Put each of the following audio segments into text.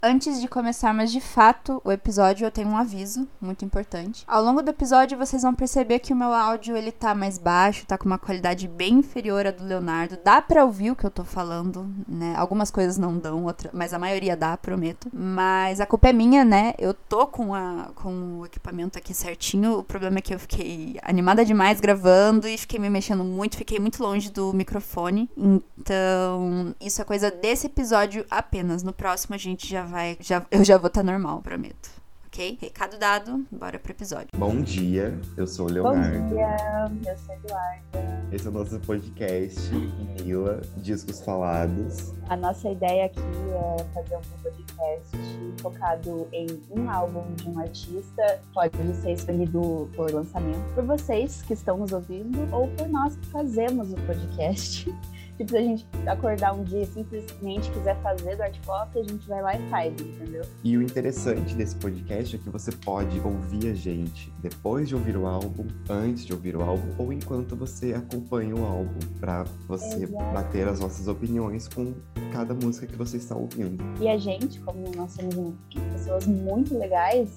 Antes de começarmos de fato o episódio, eu tenho um aviso muito importante. Ao longo do episódio, vocês vão perceber que o meu áudio, ele tá mais baixo, tá com uma qualidade bem inferior à do Leonardo. Dá pra ouvir o que eu tô falando, né? Algumas coisas não dão, mas a maioria dá, prometo. Mas a culpa é minha, né? Eu tô com o equipamento aqui certinho. O problema é que eu fiquei animada demais gravando e fiquei me mexendo muito, fiquei muito longe do microfone. Então, isso é coisa desse episódio apenas. No próximo a gente eu já vou estar normal, prometo. Ok? Recado dado, bora pro episódio. Bom dia, eu sou o Leonardo. Bom dia, eu sou a Eduarda. Esse é o nosso podcast, Mila, Discos Falados. A nossa ideia aqui é fazer um podcast focado em um álbum de um artista. Pode ser escolhido por lançamento por vocês que estão nos ouvindo ou por nós que fazemos o podcast. Tipo, se a gente acordar um dia e simplesmente quiser fazer do art pop, a gente vai lá e faz, entendeu? E o interessante desse podcast é que você pode ouvir a gente depois de ouvir o álbum, antes de ouvir o álbum, ou enquanto você acompanha o álbum, pra você bater as nossas opiniões com cada música que você está ouvindo. E a gente, como nós somos pessoas muito legais,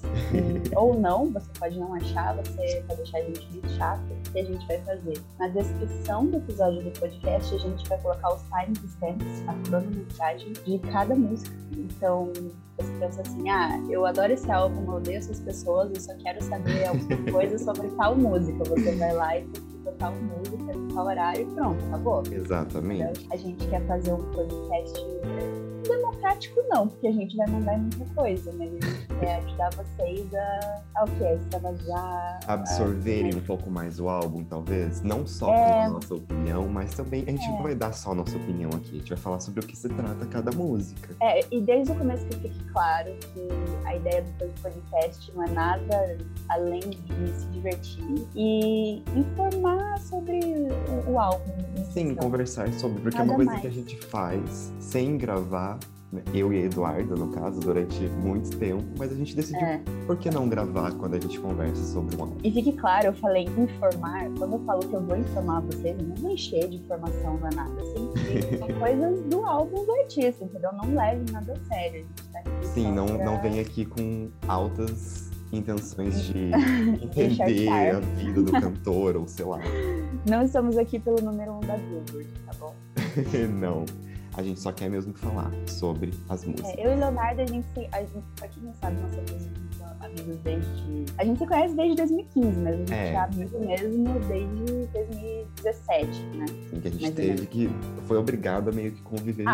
ou não, você pode não achar, você pode deixar a gente muito chato, o que a gente vai fazer? Na descrição do episódio do podcast, a gente vai colocar os timestamps, a cronometragem de cada música. Então, você pensa assim, eu adoro esse álbum, eu odeio essas pessoas, eu só quero saber alguma coisa sobre tal música. Você vai lá e pesquisa tal música, tal horário e pronto, acabou. Exatamente. Então, a gente quer fazer um podcast democrático não, porque a gente vai mandar muita coisa, mas a gente quer ajudar vocês a extravasar, absorverem um pouco mais o álbum, talvez. Não só com a nossa opinião, mas também a gente não vai dar só a nossa opinião aqui. A gente vai falar sobre o que se trata cada música. E desde o começo que fique claro que a ideia do podcast não é nada além de se divertir e informar sobre o álbum. Sim, conversar sobre, porque nada é uma coisa mais que a gente faz sem gravar, eu e a Eduarda, no caso, durante muito tempo, mas a gente decidiu por que não gravar quando a gente conversa sobre o álbum. E fique claro, eu falei informar, quando eu falo que eu vou informar vocês, eu não vou encher de informação, não é nada assim, são coisas do álbum do artista, entendeu? Não leve nada a sério, a gente tá aqui. Sim, não vem aqui com altas intenções de entender a vida do cantor, ou sei lá. Não estamos aqui pelo número 1 da Billboard, tá bom? Não. A gente só quer mesmo falar sobre as músicas. Eu e Leonardo, a gente, pra quem não sabe, nós somos amigos desde... A gente se conhece desde 2015, mas a gente é amigo mesmo desde 2017, né? Sim, que a gente teve que... Foi obrigado a meio que conviver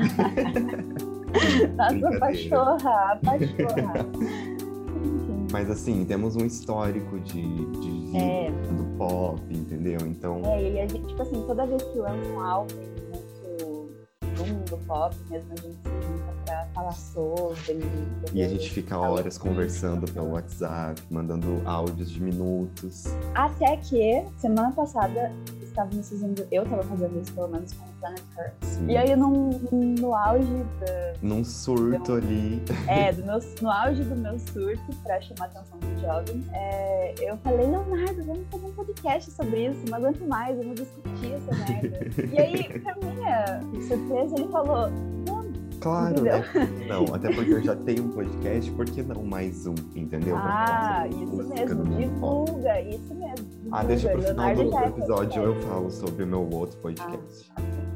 Nossa, pachorra. Mas assim, temos um histórico de vida do pop, entendeu? Então... E a gente, tipo assim, toda vez que lança um álbum do mundo pop mesmo, a gente se junta pra falar sobre. E a gente fica horas conversando pelo WhatsApp, mandando áudios de minutos. Até que, semana passada, eu tava fazendo isso pelo menos com o Planet Her. Sim. E aí, no auge num surto ali. No auge do meu surto, pra chamar a atenção dos jovens, eu falei, Leonardo, vamos fazer um podcast sobre isso, não aguento mais, vamos discutir essa merda. E aí, pra minha surpresa, ele falou, vamos. Claro, né? Não, até porque eu já tenho um podcast, por que não mais um, entendeu? Isso mesmo, divulga, isso mesmo. Divulga. Deixa pro final do episódio eu podcast. falo sobre o meu outro podcast.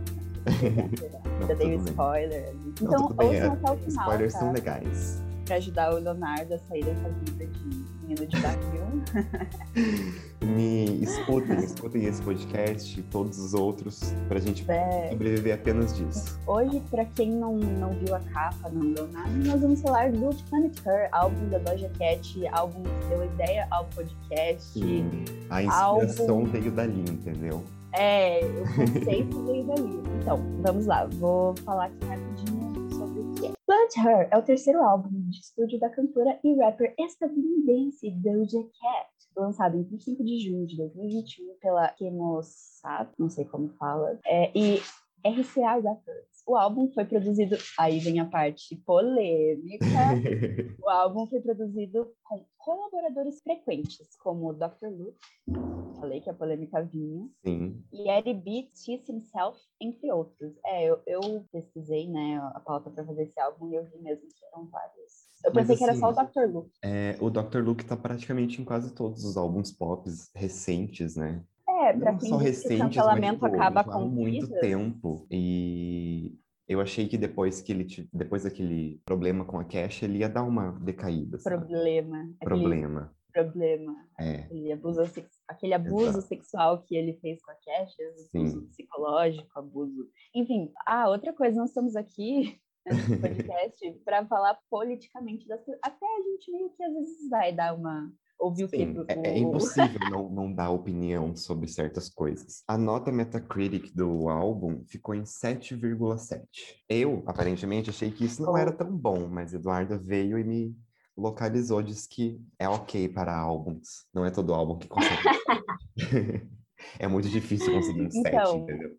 Já dei um spoiler. Então, tudo bem, ouçam até o final, spoilers tá? são legais. Pra ajudar o Leonardo a sair dessa vida de menino de barril. Escutem esse podcast e todos os outros pra gente sobreviver apenas disso. Hoje, pra quem não viu a capa, não deu nada, nós vamos falar do Planet Her, álbum da Doja Cat, álbum que deu ideia ao podcast. Sim, a inspiração veio dali, entendeu? O conceito veio dali. Então, vamos lá, vou falar aqui rapidinho sobre o que é. Planet Her é o terceiro álbum de estúdio da cantora e rapper estadunidense Doja Cat, lançado em 25 de junho de 2021 pela Chemosat, não sei como fala, e RCA Records. O álbum foi produzido, aí vem a parte polêmica, o álbum foi produzido com colaboradores frequentes, como o Dr. Luke, falei que a polêmica vinha, Sim. e Eddie B. Cheese himself, entre outros. Eu pesquisei, né, a pauta para fazer esse álbum e eu vi mesmo que eram vários. Eu Mas pensei que era só o assim, Dr. Luke. o Dr. Luke tá praticamente em quase todos os álbuns pop recentes, né? Para Não quem só diz que o recentes, mas cancelamento tipo, acaba já há com muito vidas, tempo. E eu achei que depois daquele problema com a Cash, ele ia dar uma decaída, sabe? aquele Problema. problema, É, aquele abuso exato. sexual que ele fez com a Cash, abuso Sim. psicológico, abuso. Enfim, outra coisa, nós estamos aqui nesse podcast para falar politicamente das coisas. Até a gente meio que às vezes vai dar uma. Ouvir o que Sim, é impossível não dar opinião sobre certas coisas. A nota Metacritic do álbum ficou em 7,7. Eu, aparentemente, achei que isso não era tão bom, mas Eduarda veio e me localizou, disse que é ok para álbuns. Não é todo álbum que consegue um 7. É muito difícil conseguir um 7, Então, entendeu?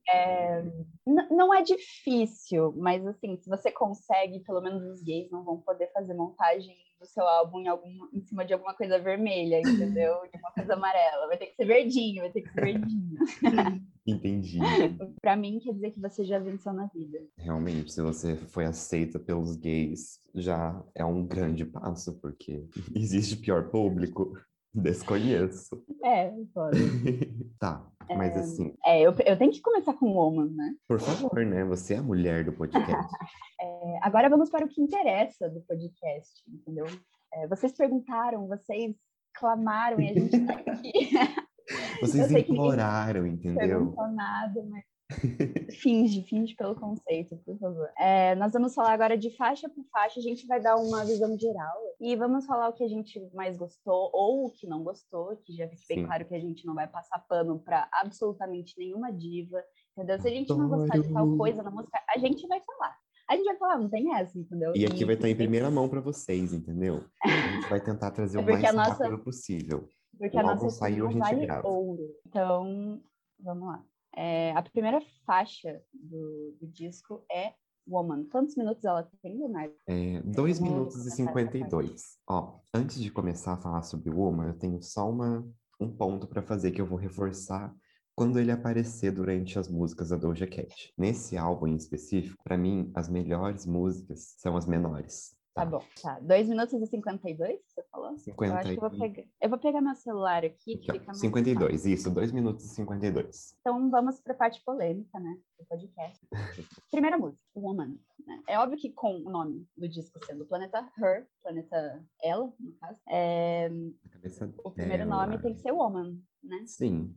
não é difícil, mas assim, se você consegue, pelo menos os gays não vão poder fazer montagem do seu álbum em cima de alguma coisa vermelha, entendeu? De uma coisa amarela. Vai ter que ser verdinho, vai ter que ser verdinho. Entendi. Pra mim, quer dizer que você já venceu na vida. Realmente, se você foi aceita pelos gays, já é um grande passo, porque existe pior público. Desconheço. Foda. Tá, mas assim, Eu tenho que começar com Woman, né? por favor, né? Você é a mulher do podcast. Agora vamos para o que interessa do podcast, entendeu? Vocês perguntaram, vocês clamaram e a gente tá aqui. Vocês Eu sei que ninguém imploraram, entendeu? perguntou nada, mas finge pelo conceito, por favor. Nós vamos falar agora de faixa por faixa, a gente vai dar uma visão geral e vamos falar o que a gente mais gostou ou o que não gostou, que já fique bem Sim. claro que a gente não vai passar pano para absolutamente nenhuma diva, entendeu? Se a gente não gostar de tal Adoro. coisa na música, a gente vai falar. A gente vai falar, não tem essa, entendeu? E aqui vai estar em fique bem... primeira mão para vocês, entendeu? A gente vai tentar trazer o Porque mais a nossa, rápido possível. porque a O álbum nossa saiu, a opinião gente vale grava. ouro. Então, vamos lá. A primeira faixa do disco é Woman. Quantos minutos ela tem, Leonardo? 2 Vamos minutos e começar essa parte. 52. Ó, antes de começar a falar sobre o Woman, eu tenho só um ponto para fazer que eu vou reforçar quando ele aparecer durante as músicas da Doja Cat. Nesse álbum em específico, para mim, as melhores músicas são as menores. Tá bom, tá. 2 minutos e 52, você falou? Eu 50 acho que e... eu vou pegar meu celular aqui, que Aqui, ó, fica mais fácil. 52, isso, 2 minutos e 52. Então vamos para a parte polêmica, né, do podcast. Primeira música, Woman. Né? É óbvio que com o nome do disco sendo Planeta Her, Planeta Ela, no caso, Na cabeça o primeiro nome dela. tem que ser Woman, né? Sim,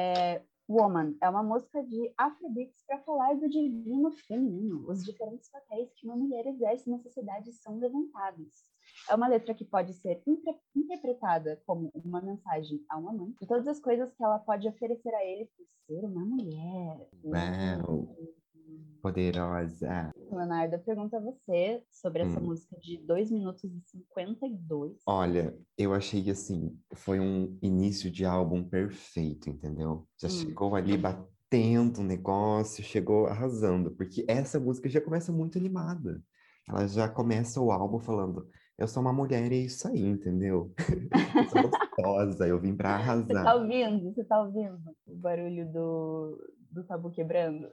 Woman é uma música de Afrobeats para falar do divino feminino. Os diferentes papéis que uma mulher exerce na sociedade são levantados. É uma letra que pode ser interpretada como uma mensagem a uma mãe e todas as coisas que ela pode oferecer a ele por ser uma mulher. uau, poderosa. Leonardo, eu pergunto a você sobre essa Hum. música de 2 minutos e 52. Olha, eu achei que assim, foi um início de álbum perfeito, entendeu? Já chegou ali batendo o negócio, chegou arrasando, porque essa música já começa muito animada. Ela já começa o álbum falando, eu sou uma mulher e é isso aí, entendeu? Eu sou gostosa, eu vim pra arrasar. Você tá ouvindo o barulho do tabu quebrando?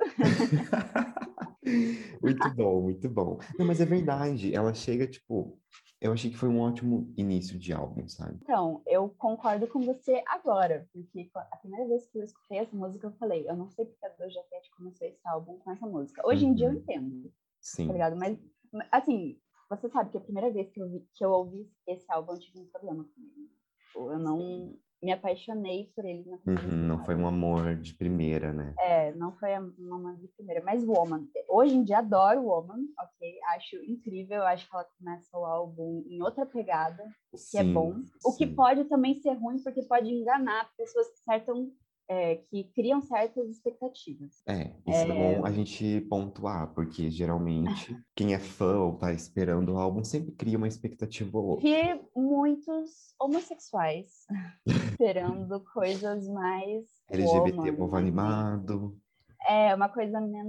Muito bom, muito bom. Não, mas é verdade, ela chega, tipo, eu achei que foi um ótimo início de álbum, sabe? Então, eu concordo com você agora, porque a primeira vez que eu escutei essa música, eu falei, eu não sei porque a Doja Cat começou esse álbum com essa música. Hoje em dia eu Uhum, entendo, tá sim. ligado? Mas, assim, você sabe que a primeira vez que eu ouvi esse álbum, eu tive um problema comigo. Eu não me apaixonei por ele na primeira Uhum, não foi escutada. um amor de primeira, né? Não foi uma de primeira, mas Woman. Hoje em dia adoro Woman, ok? Acho incrível, acho que ela começa o álbum em outra pegada, o que é bom. Sim, O que sim. pode também ser ruim, porque pode enganar pessoas que criam certas expectativas. Isso é bom a gente pontuar, porque geralmente quem é fã ou tá esperando o álbum sempre cria uma expectativa ou outra. Vi muitos homossexuais esperando coisas mais LGBT, woman, povo mais animado. uma coisa menos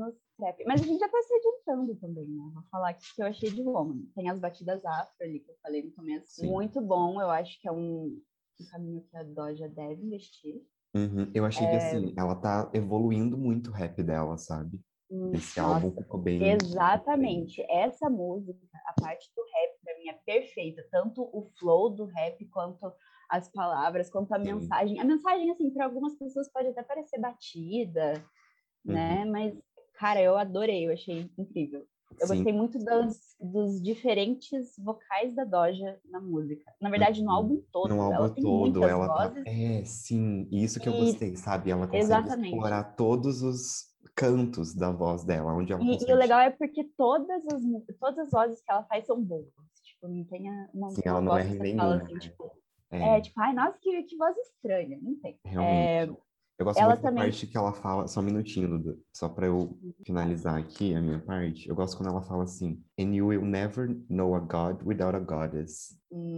trap. Mas a gente já tá se adiantando também, né? Vou falar aqui que eu achei de Woman. Tem as batidas afro ali que eu falei no começo. Sim. Muito bom, eu acho que é um caminho que a Doja deve investir. Uhum. Eu achei que, assim, ela tá evoluindo muito o rap dela, sabe? Esse álbum Nossa, ficou bem... exatamente. Essa música, a parte do rap, pra mim, é perfeita. Tanto o flow do rap, quanto as palavras, quanto a Sim. mensagem. A mensagem, assim, para algumas pessoas pode até parecer batida, né? Mas, cara, eu adorei, eu achei incrível. Eu Sim. gostei muito dos diferentes vocais da Doja na música. Na verdade, no álbum todo. No álbum Ela tem todo, muitas ela tá... vozes. Sim, isso que eu E, gostei, sabe? Ela consegue exatamente. explorar todos os cantos da voz dela, onde ela E o consegue... legal é porque todas as vozes que ela faz são boas. Tipo, não tem Sim, uma ela não voz erra que em você fala nenhuma, assim, né? tipo, É, tipo, ai, nossa, que voz estranha. Não tem. realmente. Eu gosto Ela muito da também. parte que ela fala, só um minutinho, Dudu, só pra eu finalizar aqui a minha parte. Eu gosto quando ela fala assim, And you will never know a God without a goddess.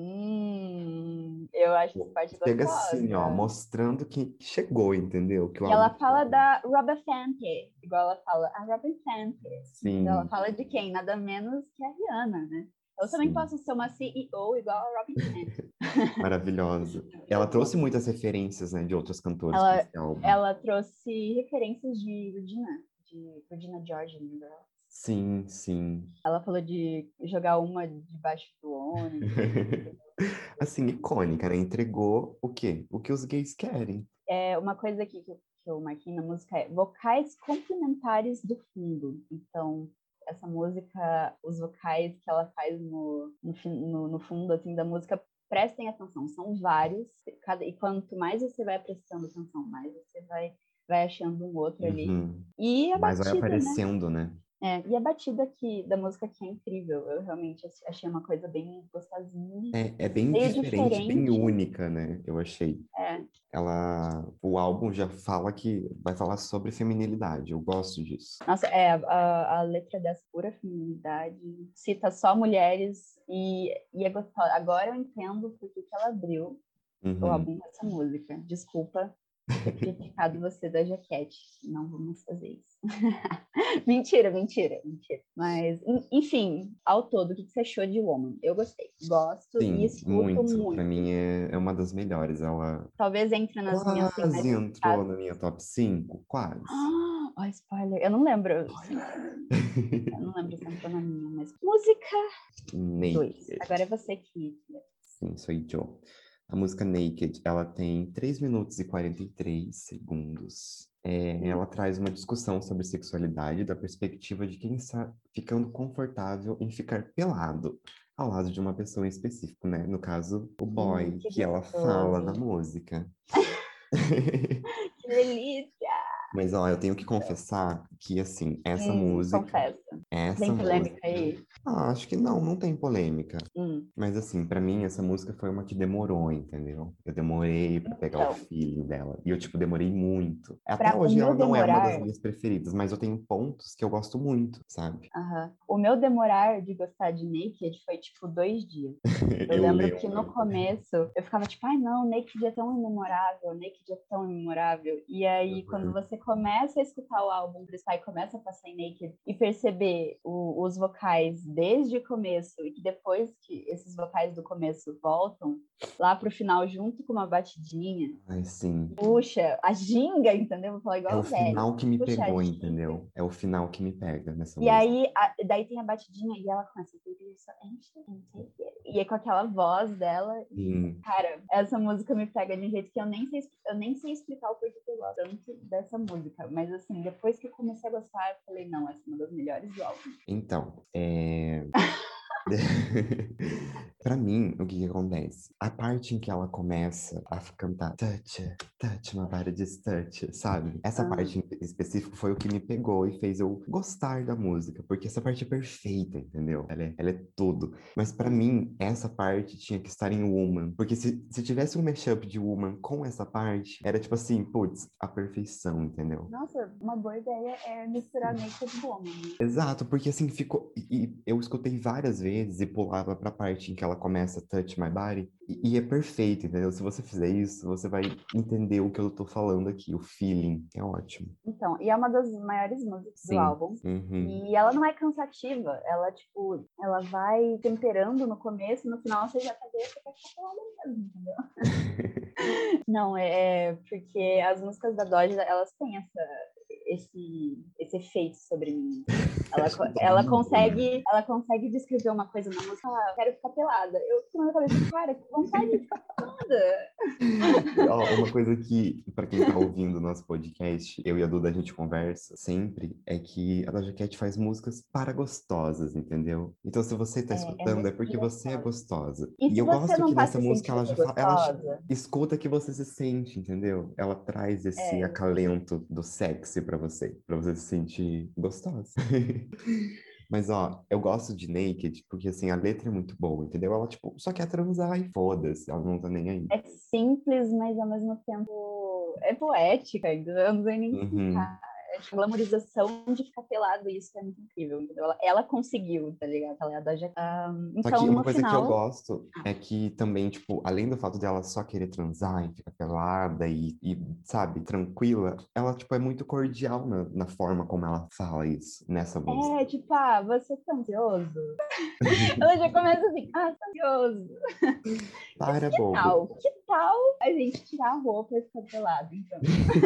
Eu acho essa Pô, parte chega assim, ó, gostosa. mostrando que chegou, entendeu? Que o E álbum ela fala chegou. da Robin Fenty, igual ela fala, a Robin Fenty. Entendeu? Ela Sim, fala de quem? Nada menos que a Rihanna, né? Eu também sim, posso ser uma CEO igual a Robin Fenty. maravilhosa. Ela trouxe muitas referências, né, de outros cantores para Ela, esse álbum. ela trouxe referências de Regina George, né? Sim, sim. Ela falou de jogar uma debaixo do ônibus. Assim, icônica, né? Entregou o quê? O que os gays querem. Uma coisa aqui que eu marquei na música é vocais complementares do fundo. Então, essa música, os vocais que ela faz no fundo assim, da música, prestem atenção, são vários. E quanto mais você vai prestando atenção, mais você vai achando um outro ali. Uhum. E a Mas vai batida, né? aparecendo, né? E a batida aqui da música aqui é incrível. Eu realmente achei uma coisa bem gostosinha, É bem meio diferente, bem diferente. única, né? Eu achei. É, O álbum já fala que vai falar sobre feminilidade. Eu gosto disso. nossa, a letra dessa pura feminilidade cita só mulheres e é gostosa. Agora eu entendo por que ela abriu o Uhum. álbum com essa música. Desculpa ter criticado você da jaquete. Não vamos fazer isso. Mentira, mentira, mentira. Mas, enfim, ao todo, o que você achou de Woman? Eu gostei. Gosto e Sim, escuto muito. Pra muito. mim é uma das melhores. Ela Talvez entre nas minhas assim, mais quase entrou escutadas. na minha top 5, quase. Oh, spoiler. Eu não lembro. Eu não lembro se entrou na minha, mas. Música 2. Naked. Agora é você que. Sim, sou Joe. A música Naked, ela tem 3 minutos e 43 segundos. Ela traz uma discussão sobre sexualidade da perspectiva de quem está ficando confortável em ficar pelado ao lado de uma pessoa em específico, né? No caso, o boy, Que que ela fala na gostoso. música. Que delícia. Mas, ó, eu tenho que confessar que, assim, Confessa. essa Tem polêmica música, aí? acho que não tem polêmica. Hum. Mas assim, pra mim essa música foi uma que demorou, entendeu? Eu demorei pra pegar o Então, feeling dela. E eu, tipo, demorei muito. Até o hoje ela meu não é uma das demorar. minhas preferidas, mas eu tenho pontos que eu gosto muito, sabe? Aham. O meu demorar de gostar de Naked foi tipo 2 dias. Eu Eu lembro que no lembro. começo eu ficava tipo, ai não, Naked é tão imemorável, Naked é tão imemorável. E aí, quando Uhum. você começa a escutar o álbum principal e começa a passar em Naked e perceber os vocais desde o começo e que depois que esses vocais do começo voltam, lá pro final, junto com uma batidinha, Ai, sim. puxa, a ginga, entendeu? Vou falar É igual o a velho. final que me Puxa, a pegou, ginga. entendeu? É o final que me pega nessa E música. aí, daí tem a batidinha e ela começa e é com aquela voz dela. E, Sim. cara, essa música me pega de um jeito que eu nem sei explicar o porquê que eu gosto tanto dessa música. Mas assim, depois que eu comecei a gostar, eu falei, não, essa é uma das melhores do álbum. Então, Pra mim, o que que acontece? A parte em que ela começa a cantar touch, touch, my body just touch, sabe? Essa Ah, parte em específico foi o que me pegou e fez eu gostar da música, porque essa parte é perfeita, entendeu? Ela é tudo. Mas pra sim. mim, essa parte tinha que estar em Woman, porque se tivesse um mashup de Woman com essa parte, era tipo assim, putz, a perfeição, entendeu? Nossa, uma boa ideia é misturar Naked Woman, né? Exato, porque assim ficou. E eu escutei várias vezes e pulava pra parte em que ela ela começa Touch My Body, e é perfeito, entendeu? Se você fizer isso, você vai entender o que eu tô falando aqui, o feeling, é ótimo. Então, e é uma das maiores músicas do Sim. álbum. Uhum. E ela não é cansativa, ela, tipo, ela vai temperando no começo, no final você já tá vendo que vai ficar pelada mesmo, entendeu? Não, porque as músicas da Doja, elas têm esse efeito sobre mim. Ela consegue descrever uma coisa na música, eu quero ficar pelada. Eu fico na minha cabeça, cara, que vontade de ficar pelada. Ó, uma coisa que, pra quem tá ouvindo o nosso podcast, eu e a Duda, a gente conversa sempre, é que a Doja Cat faz músicas para gostosas, entendeu? Então, se você tá escutando, é música porque de você é gostosa. gostosa. E E se eu você gosto não que tá nessa se música ela sentindo já fala, ela gostosa, escuta que você se sente, entendeu? Ela traz esse acalento do sexy pra você se sentir gostosa. Mas, ó, eu gosto de Naked porque, assim, a letra é muito boa, entendeu? Ela, tipo, só quer transar e foda-se, ela não tá nem aí. é simples, mas ao mesmo tempo é poética, entendeu? Eu não sei nem Uhum. explicar. É tipo, glamorização de ficar pelado, e isso é muito incrível, entendeu? Ela conseguiu, tá ligado? Ela é a Doja Cat. Só que Então, uma no coisa que eu final, gosto é que também, tipo, além do fato dela só querer transar e ficar pelada sabe, tranquila, ela, tipo, é muito cordial na forma como ela fala isso nessa música. tipo, você tá ansioso? Ela já começa assim, tá ansioso. Para, Que bobo. tal? Que tal a gente tirar a roupa e ficar pelado, então?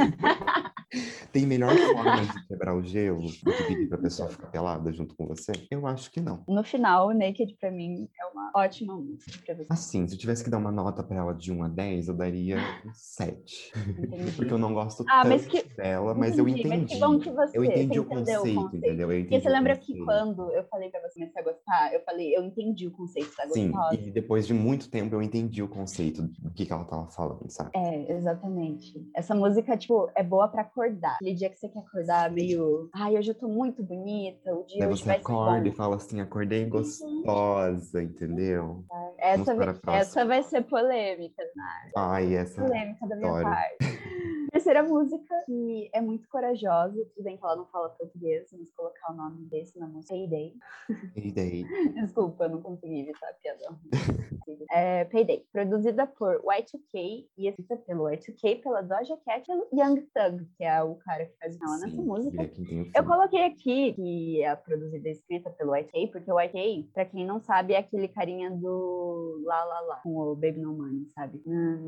Tem melhor forma de quebrar o gelo do que pedir pra pessoa Então, ficar pelada junto com você? Eu acho que não. no final, Naked pra mim é uma ótima música pra você. Assim, se eu tivesse que dar uma nota pra ela de 1 a 10, eu daria um 7. Porque eu Entendi. não gosto Mas que. tanto dela, mas eu Entendi, mas que bom entendi. que Eu você entendi o entendeu o conceito, conceito. entendeu? Eu Porque entendi você o lembra que conceito. quando eu falei pra você começar a gostar, eu falei, eu entendi o conceito da Sim, gostosa. e depois de muito tempo eu entendi o conceito do que ela tava falando, sabe? Exatamente. Essa música, tipo, é boa pra acordar. Aquele dia que você quer acordar meio, hoje eu tô muito bonita, o Daí dia hoje você vai ser acorda e bom. fala assim, acordei gostosa, entendeu? Vamos Essa, para a essa próxima. vai ser polêmica, né? Ai, essa Polêmica da minha adoro. parte. Terceira música, que é muito corajosa, tudo bem que ela não fala português, vamos colocar o nome desse na música, Payday. E daí? Desculpa, eu não consegui evitar a piada. Payday, produzida por Y2K e escrita pelo Y2K, pela Doja Cat e Young Thug, que é o cara que faz ela nessa Sim, ele música. é quem tem o Eu filme. coloquei aqui que é produzida e escrita pelo Y2K, porque o Y2K, pra quem não sabe, é aquele carinha do La La La, com o Baby No Money, sabe?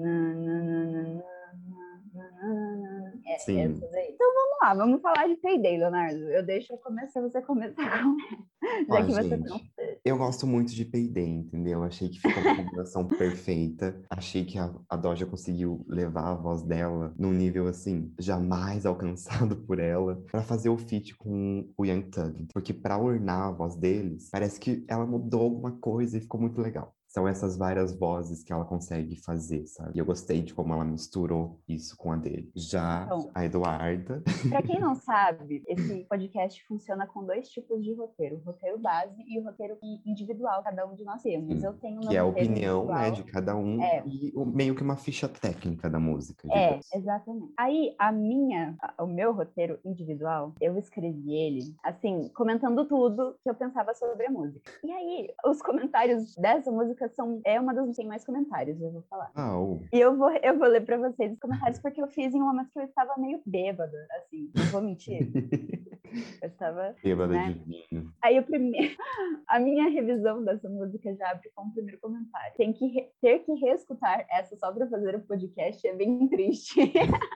Sim. Essas aí. Então vamos lá, vamos falar de Payday, Leonardo. Eu deixo você começar com já Ó, que você não gente, eu gosto muito de Payday, entendeu? Achei que ficou uma combinação perfeita. Achei que a Doja conseguiu levar a voz dela num nível, assim, jamais alcançado por ela, pra fazer o feat com o Young Thug. Porque pra ornar a voz deles, parece que ela mudou alguma coisa e ficou muito legal. São essas várias vozes que ela consegue fazer, sabe? E eu gostei de como ela misturou isso com a dele. Já Então, a Eduarda. para quem não sabe, esse podcast funciona com dois tipos de roteiro: o roteiro base e o roteiro individual, cada um de nós temos. Eu tenho o Que meu é a roteiro opinião, né, de individual. cada um É, e meio que uma ficha técnica da música, digamos. exatamente. Aí, o meu roteiro individual, eu escrevi ele, assim, comentando tudo que eu pensava sobre a música. E aí, os comentários dessa música uma das que tem mais comentários, eu vou falar. Oh, E eu vou ler pra vocês os comentários, porque eu fiz em um momento que eu estava meio bêbada, assim, não vou mentir. Eu estava, bêbada de né? vinho. Aí a minha revisão dessa música já abre com o primeiro comentário. Ter que reescutar essa só pra fazer o podcast é bem triste.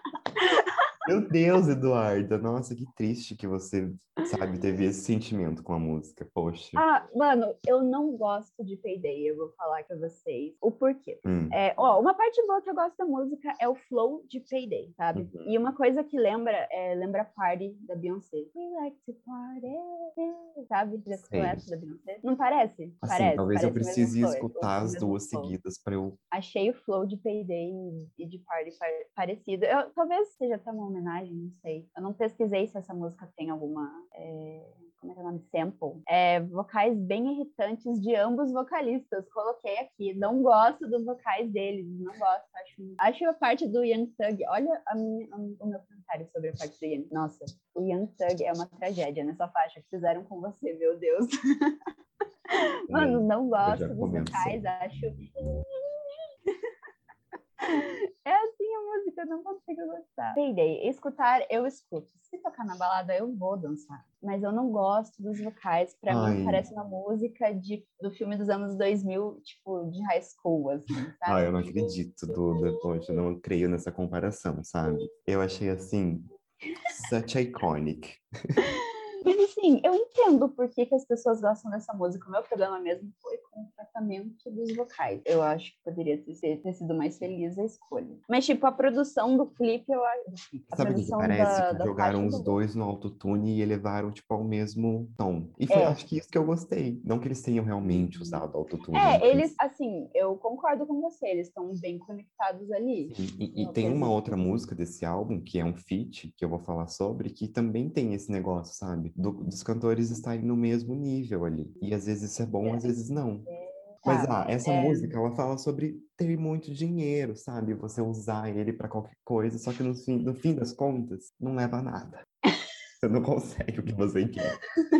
Meu Deus, Eduarda, nossa, que triste que você, sabe, teve esse sentimento com a música, poxa. Mano, eu não gosto de Payday, eu vou falar pra vocês o porquê. Hum, Uma parte boa que eu gosto da música é o flow de Payday, sabe? uhum, E uma coisa que lembra Party da Beyoncé. We like to party, sabe? Já escutou sei. essa da Beyoncé? Não parece? Assim, Parece, talvez eu parece o mesmo precise flow, escutar o as mesmo duas flow. seguidas para eu. Achei o flow de Payday e de Party parecido. Talvez seja até uma homenagem, não sei. Eu não pesquisei se essa música tem alguma... como é que é o nome? Sample. Vocais bem irritantes de ambos vocalistas. Coloquei aqui. Não gosto dos vocais deles. Não gosto. Acho a parte do Young Thug. Olha o meu comentário sobre a parte do Young. Nossa, o Young Thug é uma tragédia nessa faixa que fizeram com você, meu Deus. Mano, não Eu já gosto dos comento vocais, sobre. acho. É assim a música, eu não consigo gostar. Entendei. Escutar, eu escuto. Se tocar na balada, eu vou dançar. Mas eu não gosto dos vocais. Pra mim, Ai, parece uma música do filme dos anos 2000, tipo, de high school, assim, ai, eu sabe? não acredito, Duda. Poxa, eu não creio nessa comparação, sabe? Eu achei assim, such iconic. Mas assim, eu entendo por que que as pessoas gostam dessa música. O meu problema mesmo foi com o tratamento dos vocais. Eu acho que poderia ter sido mais feliz a escolha. Mas, tipo, a produção do clipe, eu acho. A Sabe o que que produção parece? da, Que da jogaram faixa os eu gosto. dois no autotune e elevaram, tipo, ao mesmo tom. E foi, É. acho que isso que eu gostei. Não que eles tenham realmente usado autotune, É, eles, mas... assim, eu concordo com você, eles estão bem conectados ali. Sim, e No tem uma quesito. outra música desse álbum, que é um feat, que eu vou falar sobre, que também tem esse negócio, sabe? Dos cantores estarem no mesmo nível ali. E às vezes isso é bom, às vezes não. Mas, Tá. essa música, ela fala sobre ter muito dinheiro, sabe? Você usar ele pra qualquer coisa, só que no fim das contas, não leva a nada. Você não consegue o que você quer.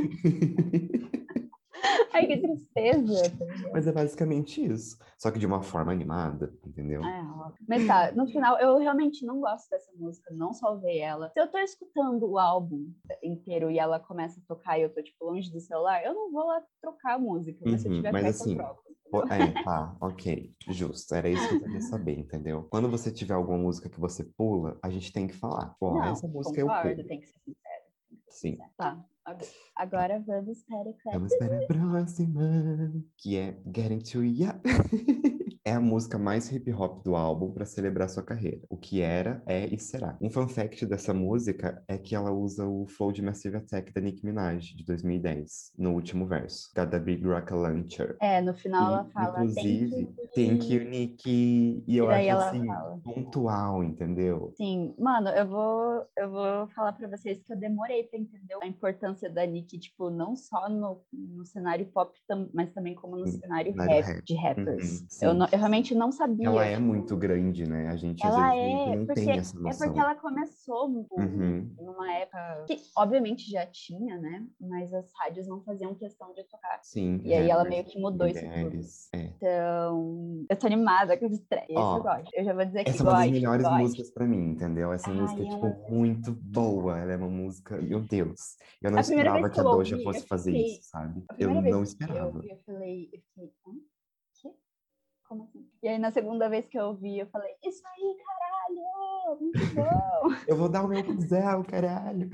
Ai, que tristeza. Tá ligado? Mas é basicamente isso. Só que de uma forma animada, entendeu? Ó. Mas tá, no final, eu realmente não gosto dessa música, não salvei ela. Se eu tô escutando o álbum inteiro e ela começa a tocar e eu tô, tipo, longe do celular, eu não vou lá trocar a música, mas se eu Uhum, tiver mas perto, eu assim, troco. Entendeu? tá, ok, justo. Era isso que eu queria saber, entendeu? Quando você tiver alguma música que você pula, a gente tem que falar. Pô, ó, essa Não, música eu concordo, pulo. tem que ser sincero. Tem que ser Sim. sincero. Tá, Tá. agora vamos para o Vamos crédito. para a próxima, que é Getting to Ya. É a música mais hip hop do álbum para celebrar sua carreira. O que era, é e será. Um fun fact dessa música é que ela usa o flow de Massive Attack da Nicki Minaj, de 2010, no último verso. Got the Big Rock Launcher. É, no final ela E, fala, inclusive, thank you, Nicki. E e eu daí acho ela assim, fala. pontual, entendeu? Sim, mano, eu vou falar pra vocês que eu demorei pra entender a importância da Nicki, tipo, não só no cenário pop, mas também como no cenário Cenário rap, rap. de rappers. Uhum, Eu, sim. eu realmente não Ela sabia, é muito tipo, grande, né? A gente às ela vezes meio que é, não tem porque essa é porque noção. ela começou Uhum. numa época que obviamente já tinha, né? Mas as rádios não faziam questão de tocar. Sim, E aí ela rappers, meio que mudou isso tudo. mulheres. É. Então, eu tô animada com esse track. Esse eu Ó, gosto. Eu já vou dizer que essa é uma das gosto, melhores gosto. músicas pra mim, entendeu? Essa música é, Ai, é uma tipo, muito boa. Ela é uma música, meu Deus. Eu não A primeira vez esperava que que a eu Doja ouvi, eu fosse fazer isso, fiquei. sabe? A Eu primeira vez não que eu esperava. ouvi, eu fiquei, quê? Como assim? E aí, na segunda vez que eu ouvi, eu falei, isso aí, caralho! Muito bom! Eu vou dar o meu pincel, caralho.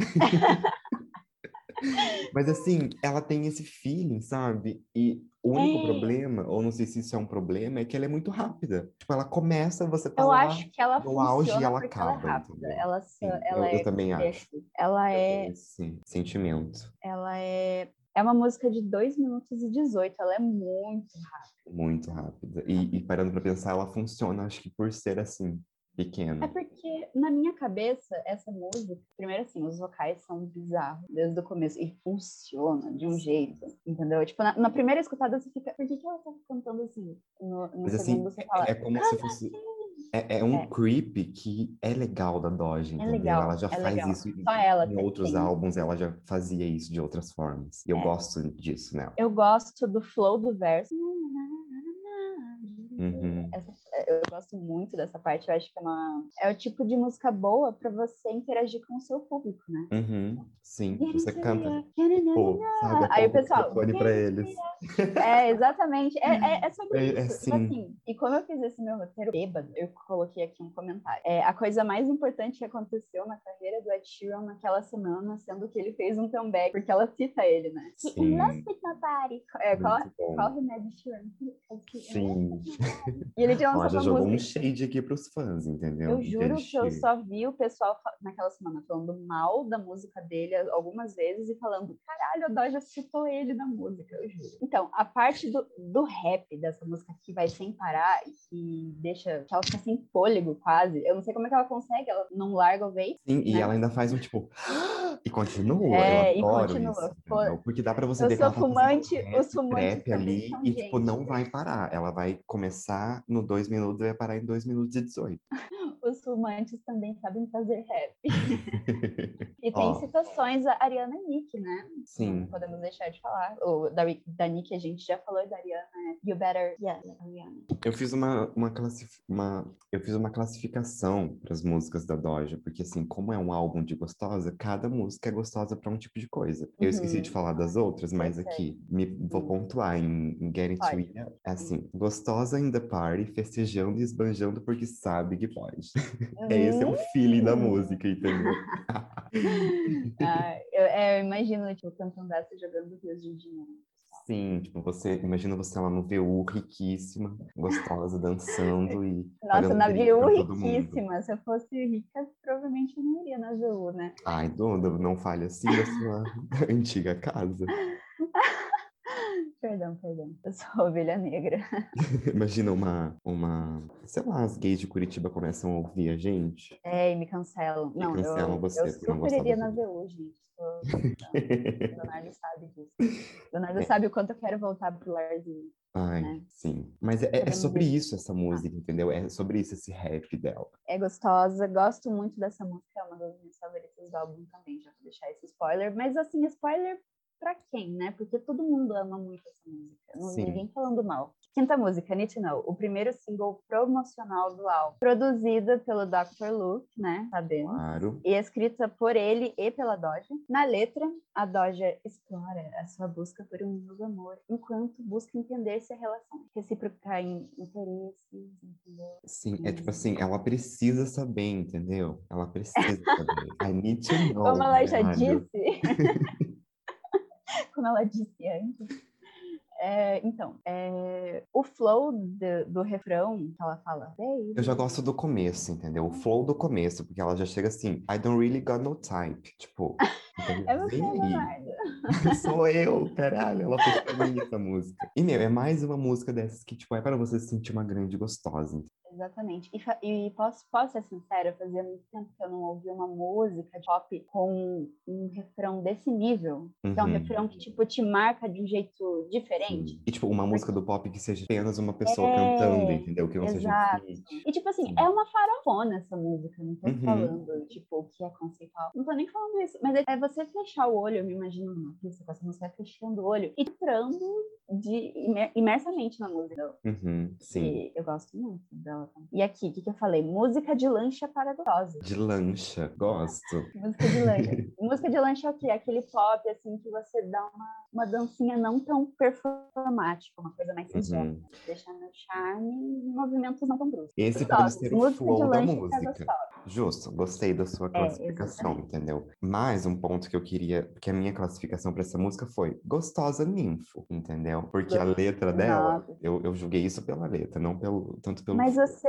Mas assim, ela tem esse feeling, sabe? E o único É, problema, ou não sei se isso é um problema, é que ela é muito rápida. Tipo, ela começa, você tá eu lá acho que ela no auge e funciona ela porque ela é acaba, rápida. entendeu? Ela, Sim, ela eu é, também como é acho. que ela Eu tenho é, esse sentimento. ela é, é uma música de 2 minutos e 18. Ela é muito Muito rápida. E parando pra pensar, ela funciona, acho que por ser assim, É pequena. porque, na minha cabeça, essa música, primeiro assim, os vocais são bizarros desde o começo e funciona de um jeito, entendeu? Tipo, na primeira escutada você fica, por que que ela tá cantando assim? No Mas segundo assim, você é fala, como se canta fosse. assim! É um É, creep que é legal da Doja, é entendeu? Ela legal, já é faz legal. isso Só ela em outros tem isso. álbuns, ela já fazia isso de outras formas. E eu É. gosto disso nela. Eu gosto do flow do verso. Uhum, Eu gosto muito dessa parte. Eu acho que é o tipo de música boa para você interagir com o seu público, né? sim, Get você into canta, ya, pô, sabe, aí o aponta o pessoal, microfone pra get into eles. ya. É, exatamente. É sobre É isso. E sim, assim, e como eu fiz esse meu roteiro bêbado, eu coloquei aqui um comentário. A coisa mais importante que aconteceu na carreira do Ed Sheeran naquela semana, sendo que ele fez um comeback, porque ela cita ele, né? He in love sim, with my body. muito bom. Qual o Ed Sheeran? He in love with Sim. my body. E ele tinha Ó, lançado já uma jogou um música. shade aqui pros fãs, entendeu? Eu De Ed juro que eu Sheeran. só vi o pessoal naquela semana falando mal da música dele algumas vezes e falando, caralho, a Doja citou ele na música, eu juro. Então, a parte do rap dessa música que vai sem parar e que deixa, que ela fica sem fôlego quase, eu não sei como é que ela consegue, ela não larga o vape, Sim, e ela né? ainda faz um tipo. E continua. Eu E adoro isso, continua. entendeu? Porque dá pra você Eu ver que sou ela tá fazendo fumante, os rap, fumantes trap também ali são e, tipo, gente. não vai parar. Ela vai começar no 2 minutos e vai parar em 2 minutos e 18. Os fumantes também sabem fazer rap. E tem Ó, citações a Ariana e Nick, né? Não sim. podemos deixar de falar. O da Nick a gente já falou, e da Ariana é You Better... Yeah, Ariana. Eu fiz eu fiz uma classificação para as músicas da Doja, porque assim, como é um álbum de gostosa, cada música é gostosa para um tipo de coisa. Eu esqueci de falar das outras, mas Eu sei. aqui vou pontuar em Getting to Pode. It. É assim, gostosa in the party, festejando e esbanjando porque sabe que pode. Esse é o feeling da música, entendeu? Eu imagino, tipo, cantando essa jogando rios de dinheiro. Sim, tipo, imagina você lá no VU, riquíssima, gostosa, dançando e Nossa, pagando na drink VU pra todo mundo. riquíssima. Se eu fosse rica, provavelmente eu não iria na VU, né? Ai, Duda, não fale assim da sua antiga casa. Perdão. Eu sou ovelha negra. Imagina sei lá, as gays de Curitiba começam a ouvir a gente É, e me cancelam. e Não, cancelam eu você por não super gostar da iria na VU. VU, gente. Tô brincando. Leonardo sabe disso. Leonardo É. sabe o quanto eu quero voltar pro larzinho, Ai, né? sim. Mas é Podemos sobre ir. isso essa música, entendeu? É sobre isso esse rap dela. É gostosa, gosto muito dessa música, é uma das minhas favoritas do álbum também, já vou deixar esse spoiler. Mas assim, spoiler pra quem, né? Porque todo mundo ama muito essa música, Sim. ninguém falando mal. Quinta música, Need to Know, o primeiro single promocional do álbum, produzida pelo Dr. Luke, né? Sabemos. Claro. E escrita por ele e pela Doja. Na letra, a Doja explora a sua busca por um novo amor, enquanto busca entender se a relação recíproca em interesses, entendeu? Sim, é tipo assim, ela precisa saber, entendeu? Ela precisa saber. I need to Como know, ela já caralho. disse, como ela disse antes. O flow do refrão, que ela fala, Eu já baby. gosto do começo, entendeu? O flow do começo, porque ela já chega assim, I don't really got no type. Tipo, entendeu? É você, Vem aí. Leonardo. Sou eu, caralho. Ela fez pra mim essa música. E, meu, é mais uma música dessas que, tipo, é para você se sentir uma grande gostosa. Exatamente. E posso ser sincera, fazia muito tempo que eu não ouvia uma música de pop com um refrão desse nível. Que é um Uhum. refrão que, tipo, te marca de um jeito diferente. Sim. E, tipo, uma música do pop que seja apenas uma pessoa cantando, É, entendeu? Que não seja um exato. feat. E, tipo assim, Sim. é uma farofona essa música. Não tô Uhum. falando, tipo, que é conceitual. Não tô nem falando isso. Mas é você fechar o olho, eu me imagino numa pista com essa música, fechando o olho e entrando imersamente na música. Uhum. Sim. E eu gosto muito dela também. E aqui, o que eu falei? Música de lancha para gostosa. De lancha. Gosto. Música de lancha. Música de lancha é o quê? É aquele pop, assim, que você dá uma dancinha não tão performática, uma coisa mais singela. Uhum. Deixar no charme e movimentos não tão bruscos. Esse pode Gostosas. ser o Música de flow da lancha para música. gostosa. Justo, gostei da sua classificação, Exatamente. entendeu? Mais um ponto que eu queria, que a minha classificação para essa música foi gostosa ninfo, entendeu? Porque a letra dela, Nossa. eu julguei isso pela letra, não tanto pelo Mas flow.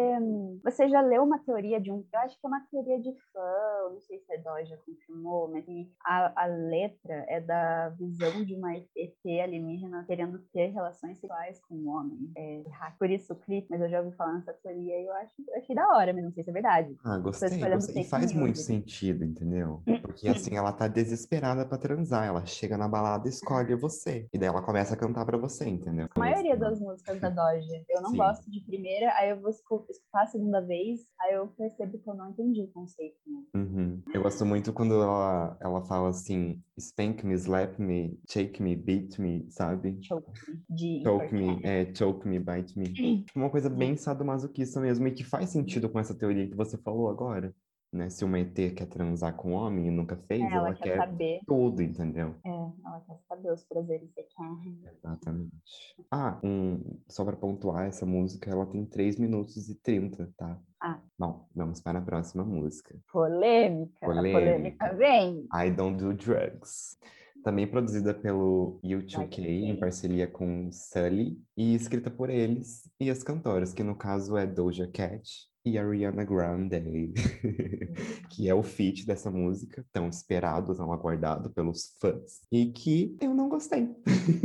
você já leu uma teoria de eu acho que é uma teoria de fã, não sei se a Doja confirmou, mas que a letra é da visão de uma ET alienígena querendo ter relações sexuais com um homem. Por isso o clipe, mas eu já ouvi falar nessa teoria e eu achei da hora, mas não sei se é verdade. Ah, Estou gostei, espalhando gostei. E fake faz muito news aqui. sentido, entendeu? Porque assim, ela tá desesperada pra transar, ela chega na balada e escolhe você. E daí ela começa a cantar pra você, entendeu? A maioria das músicas da Doja, eu não Sim. gosto de primeira, aí eu vou escutar a segunda vez, aí eu percebo que eu não entendi o conceito, né? Uhum. Eu gosto muito quando ela fala assim, spank me, slap me, shake me, beat me, sabe? Choke me, de Choke me, enforcar. choke me, bite me. Uma coisa bem sadomasoquista mesmo, e que faz sentido com essa teoria que você falou agora, né? Se uma ET quer transar com um homem e nunca fez, Ela ela quer quer saber, tudo, entendeu? ela quer saber os prazeres que quer. Exatamente. Ah, só para pontuar, essa música, ela tem 3 minutos e 30, tá? Ah, Bom, vamos para a próxima música. polêmica, a polêmica Polêmica. vem. I Don't Do Drugs. Também produzida pelo U2K, em Ok. parceria com Sully, e escrita por eles e as cantoras, que no caso é Doja Cat e Ariana Grande, que é o feat dessa música, tão esperado, tão aguardado pelos fãs, e que eu não gostei.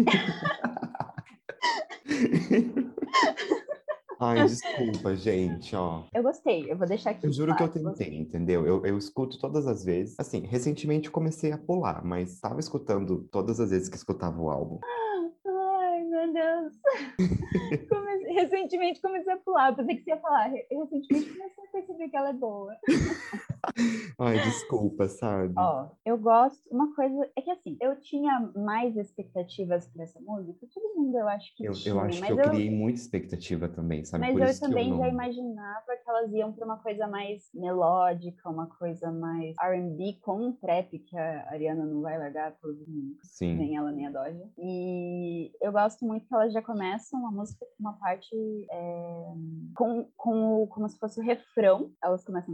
Ai, desculpa, gente, ó. Eu gostei, eu vou deixar Eu aqui juro que eu claro, tentei, gostei. entendeu? Eu escuto todas as vezes. Assim, recentemente eu comecei a pular, mas estava escutando todas as vezes que escutava o álbum. Ai, meu Deus. recentemente comecei a pular. Eu pensei que você ia falar. Recentemente comecei a perceber que ela é boa. Ai, desculpa, sabe? Ó, eu gosto. Uma coisa. É que assim, eu tinha mais expectativas pra essa música. Todo mundo eu acho que Eu tinha, acho que mas eu eu, criei muita expectativa também, sabe? Mas Por eu isso que eu também já não. imaginava que elas iam para uma coisa mais melódica, uma coisa mais R&B com um trap, que a Ariana não vai largar por nunca. Sim. Nem ela, nem a Doja. E eu gosto muito que elas já começam a música com uma parte como se fosse o refrão. Elas começam...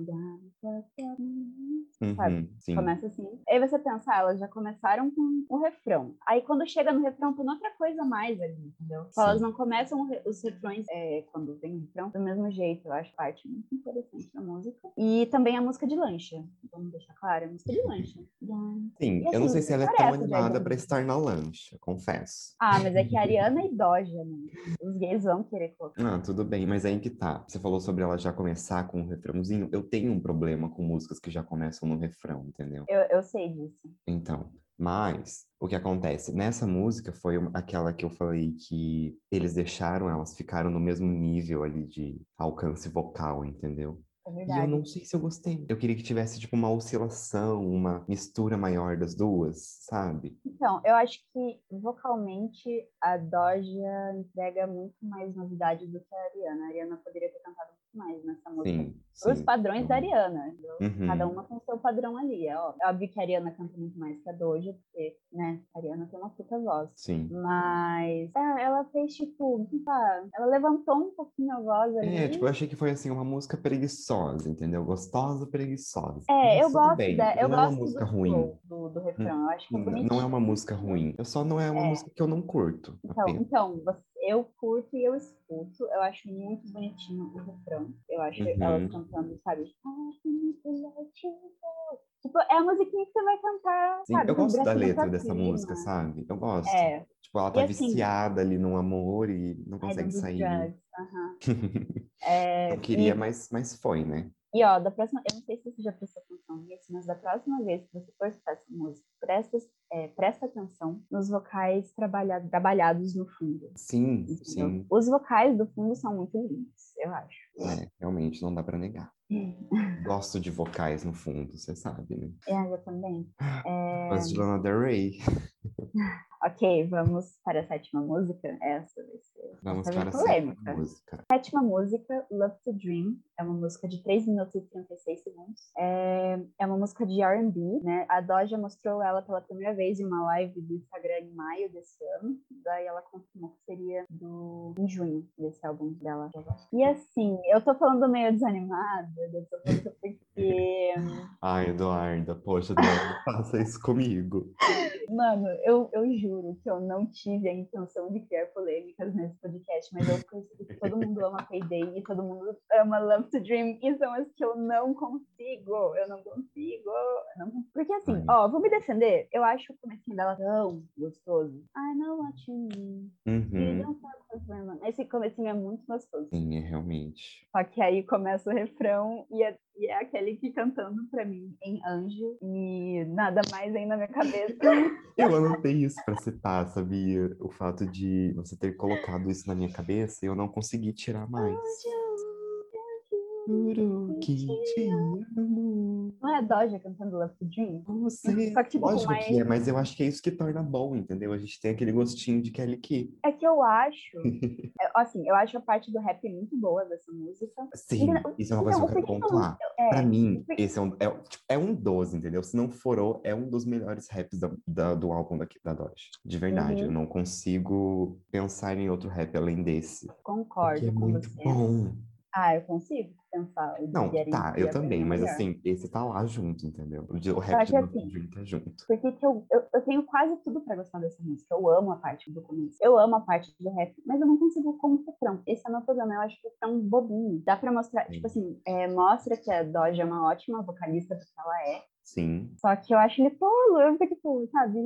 Sabe? Uhum, sim. Começa assim. Aí você pensa, elas já começaram com o refrão. Aí quando chega no refrão, tem outra coisa a mais ali, entendeu? Então, elas Sim. não começam os refrões quando vem o refrão do mesmo jeito. Eu acho parte muito interessante da música. E também a música de lancha. Vamos deixar claro, a música de lancha. Sim, E eu não assim, sei se ela é tão parece Jardim animada pra Amigo. estar na lancha, confesso. Ah, mas é que a Ariana e Doja, né? Os gays vão querer colocar. Ah, tudo bem, mas aí que tá. Você falou sobre ela já começar com um refrãozinho. Eu tenho um problema com músicas que já começam no refrão, entendeu? Eu sei disso. Então, mas o que acontece? Nessa música foi aquela que eu falei que eles deixaram, elas ficaram no mesmo nível ali de alcance vocal, entendeu? É E eu verdade. não sei se eu gostei. Eu queria que tivesse, tipo, uma oscilação, uma mistura maior das duas, sabe? Então, eu acho que vocalmente a Doja entrega muito mais novidade do que a Ariana. A Ariana poderia ter cantado muito mais nessa música. Sim, Para os sim. padrões da Ariana, entendeu? Cada Uhum, uma com o seu padrão ali. É óbvio que a Ariana canta muito mais que a Doja, porque, né, a Ariana tem uma puta voz. sim. Mas ela fez, tipo, ela levantou um pouquinho a voz É, tipo, eu ali. achei que foi, assim, uma música preguiçosa, entendeu? Gostosa, preguiçosa. É, Mas tudo bem, eu não é uma gosto música do ruim. flow do Hum, refrão. Eu acho que é Não é uma bonitinho, música entendeu? ruim. Eu só não é uma É. música que eu não curto, apenas. Então, eu curto e eu escuto. Eu acho muito bonitinho o refrão. Eu acho elas Uhum. cantando, sabe? Tipo, é a musiquinha que você vai cantar, Sim, sabe? eu Com os gosto da bracinhos letra pra dessa música, cima. sabe? Eu gosto. É. Tipo, ela E tá assim, viciada ali num amor e não I consegue don't do sair. drugs. Aham. Não queria, E mas foi, né? ó, da próxima, eu não sei se você já prestou atenção nisso, mas da próxima vez que você for escutar essa música, presta atenção nos vocais trabalhados no fundo. Sim, Entendeu? sim. Os vocais do fundo são muito lindos, eu acho. É, realmente não dá pra negar. Gosto de vocais no fundo, você sabe, né? Eu também. Fãs de Lana Del Rey. Ok, vamos para a sétima música. Vamos Essa vem para a sétima polêmica. música. Sétima música, Love to Dream, é uma música de 3 minutos e 36 segundos. É uma música de R&B, né? A Doja mostrou ela pela primeira vez em uma live do Instagram em maio desse ano. Daí ela confirmou que seria em junho desse álbum dela. E assim, eu tô falando meio desanimada dessa música porque Ai, Eduarda, poxa, não faça isso comigo. mano, eu juro que eu não tive a intenção de criar polêmicas nesse podcast, mas eu percebi que todo mundo ama Payday e todo mundo ama Love to Dream, e são as que eu não consigo. Eu não consigo. Porque assim, Ai. ó, vou me defender. Eu acho o comecinho dela tão gostoso. I know what you mean. You Uhum. don't talk with women. Esse comecinho é muito gostoso. Sim, é realmente. Só que aí começa o refrão e é aquele que cantando pra mim em anjo e nada mais vem na minha cabeça. Eu anotei isso para citar, sabia? O fato de você ter colocado isso na minha cabeça e eu não consegui tirar mais. Juro que te amo. Não é a Doja cantando Love to Dream? Você. Só que, tipo, com Lógico que mais. é, mas eu acho que é isso que torna bom, entendeu? A gente tem aquele gostinho de Kelly Key. É que eu acho. Assim, eu acho a parte do rap muito boa dessa música. Sim, isso é uma coisa que Então, eu por quero que que eu não. pontuar. Pra mim, esse é um dos, entendeu? Se não for é um dos melhores raps do álbum da Doja. De verdade, eu Uhum, não consigo pensar em outro rap além desse. Porque é concordo com muito você. bom. Eu consigo pensar o Não, Get tá, Into eu pra mim também, é mas melhor. assim, esse tá lá junto, entendeu? O rap Só de que, Love assim, Dream tá junto. porque que eu tenho quase tudo pra gostar dessa música. Eu amo a parte do começo. Eu amo a parte do rap, mas eu não consigo como refrão. Esse é o meu problema. Eu acho que é um bobinho. Dá pra mostrar, tipo Sim. assim, mostra que a Doja é uma ótima vocalista porque ela é. Sim. Só que eu acho ele tolo. Eu fico, tipo, sabe?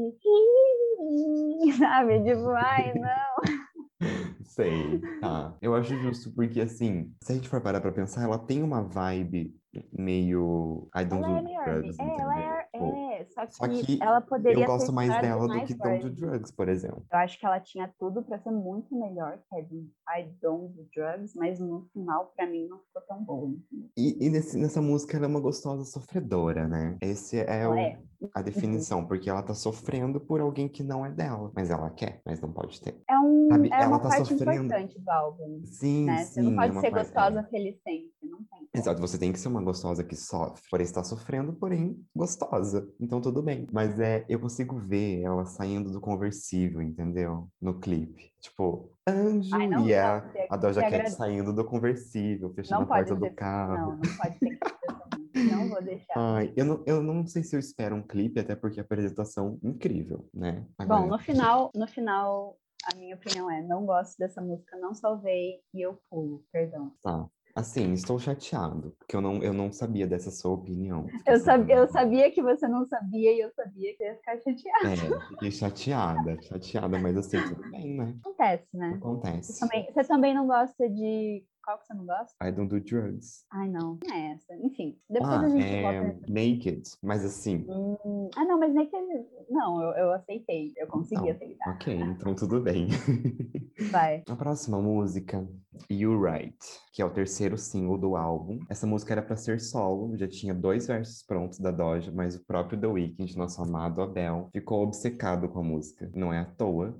Sabe? Tipo, ai, não. Sei, tá. Eu acho justo porque, assim, se a gente for parar pra pensar, ela tem uma vibe meio I don't Ela é do meio R&B. drugs, entendeu? Só Só que que ela eu poderia ter gosto mais ficado dela do mais que Don't Do forte. Drugs, por exemplo. Eu acho que ela tinha tudo pra ser muito melhor que a de I Don't Do Drugs, mas no final, pra mim, não ficou tão boa. E nessa música ela é uma gostosa sofredora, né? Esse é Ela é. a definição, porque ela tá sofrendo por alguém que não é dela, mas ela quer, mas não pode ter. Sabe? É Ela uma tá parte sofrendo. importante do álbum, Sim, né? Você não sim, é pode uma ser parte. gostosa feliz sempre, não tem como. Exato, você tem que ser uma gostosa que sofre, porém está sofrendo, porém gostosa. Então tudo bem. Mas eu consigo ver ela saindo do conversível, entendeu? No clipe. Tipo, Ai, Anjo e não, a Doja te Cat agradeço. saindo do conversível, fechando Não a pode porta do ser, carro. não pode ser clipe dessa música. Não vou deixar. Ai, eu não sei se eu espero um clipe, até porque a apresentação incrível, né? Bom, Agora, no final, a minha opinião é, não gosto dessa música, não salvei e eu pulo, perdão. tá. Assim, estou chateado, porque eu não sabia dessa sua opinião. Fiquei Eu sabendo. sabia que você não sabia e eu sabia que ia ficar chateada. Fiquei chateada, mas assim, tudo bem, né? Acontece, né? Acontece. Você também não gosta de... Qual que você não gosta? I don't do drugs. Ai, não é essa. Enfim, depois a Ah, gente é volta nessa. Naked, mas assim, Não, mas nem que... Não, eu aceitei. Eu consegui não. aceitar. Ok, então tudo bem. Vai. A próxima música, You Right, que é o terceiro single do álbum. Essa música era para ser solo, já tinha dois versos prontos da Doja, mas o próprio The Weeknd, nosso amado Abel, ficou obcecado com a música. Não é à toa.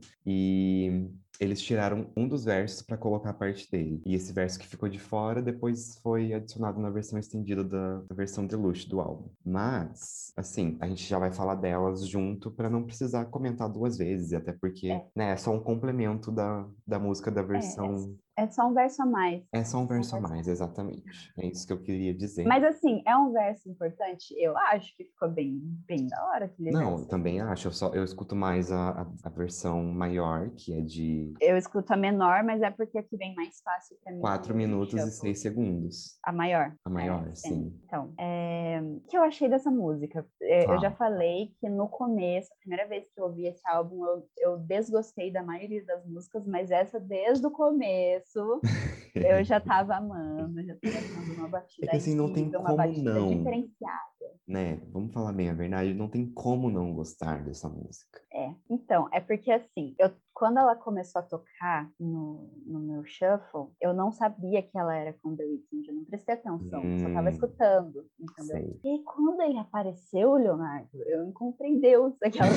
E eles tiraram um dos versos para colocar a parte dele. E esse verso que ficou de fora depois foi adicionado na versão estendida da versão deluxe do álbum. Mas, assim, a gente já vai falar delas junto para não precisar comentar duas vezes, até porque, É, né, é só um complemento da música da é, versão. é só um verso a mais. É só um É só um verso a verso a mais, mais. exatamente. É isso que eu queria dizer. Mas assim, é um verso importante? Eu acho que ficou bem da hora aquele Não, eu verso. também acho. Eu escuto mais a versão maior, que é de Eu escuto a menor, mas é porque aqui vem mais fácil pra mim 4 no minutos e shuffle. 6 segundos. A maior. A É, maior, sim. sim. Então, o que eu achei dessa música? Eu já Fala. falei que no começo, a primeira vez que eu ouvi esse álbum, eu desgostei da maioria das músicas, mas essa desde o começo eu já tava amando, já tava achando uma É batida que assim, não tem incrível, uma como batida não, diferenciada. né? Vamos falar bem a verdade, não tem como não gostar dessa música. Então, é porque assim, quando ela começou a tocar no meu shuffle, eu não sabia que ela era com The Weeknd, eu não prestei atenção, só tava Hum, escutando, entendeu? sei. E aí, quando ele apareceu, Leonardo, eu encontrei Deus, aquela...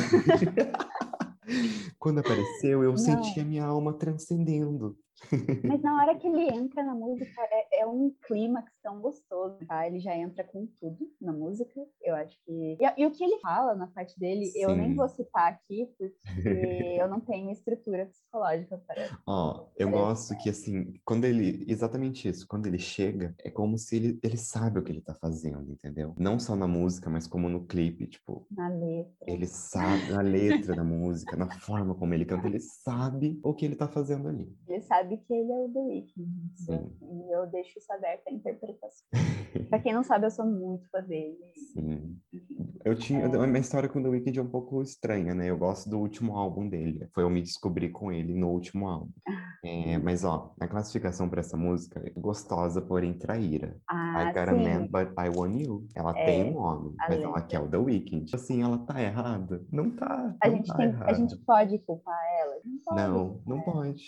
Quando apareceu, eu senti a Não, minha alma transcendendo. mas na hora que ele entra na música, é um clímax tão gostoso, tá? Ele já entra com tudo na música, eu acho que... E o que ele fala na parte dele, eu nem vou Sim. citar aqui, porque eu não tenho estrutura psicológica Ó, eu para gosto que, assim, quando ele. Exatamente isso, quando ele chega, é como se ele sabe o que ele tá fazendo, entendeu? Não só na música, mas como no clipe, tipo. na letra. Ele sabe, na letra da música, na forma como ele canta, ele sabe o que ele tá fazendo ali. Ele sabe que ele é o The Weeknd, entendeu? Sim, E eu deixo isso aberto à interpretação. Pra quem não sabe, eu sou muito fã dele. sim. Enfim, Eu tinha. A minha história com The Weeknd é um pouco estranha, né? Eu gosto do último álbum dele. Foi eu me descobrir com ele no último álbum. Mas, ó, a classificação para essa música é gostosa, porém traíra. I ah, got a man, sim, but I want you. Ela tem um é homem, a mas ela quer letra. o The Weeknd. Assim, ela tá errada? Não tá, A não gente tá tem, a gente errada. pode culpar ela? Não pode Não, culpar não ela. pode.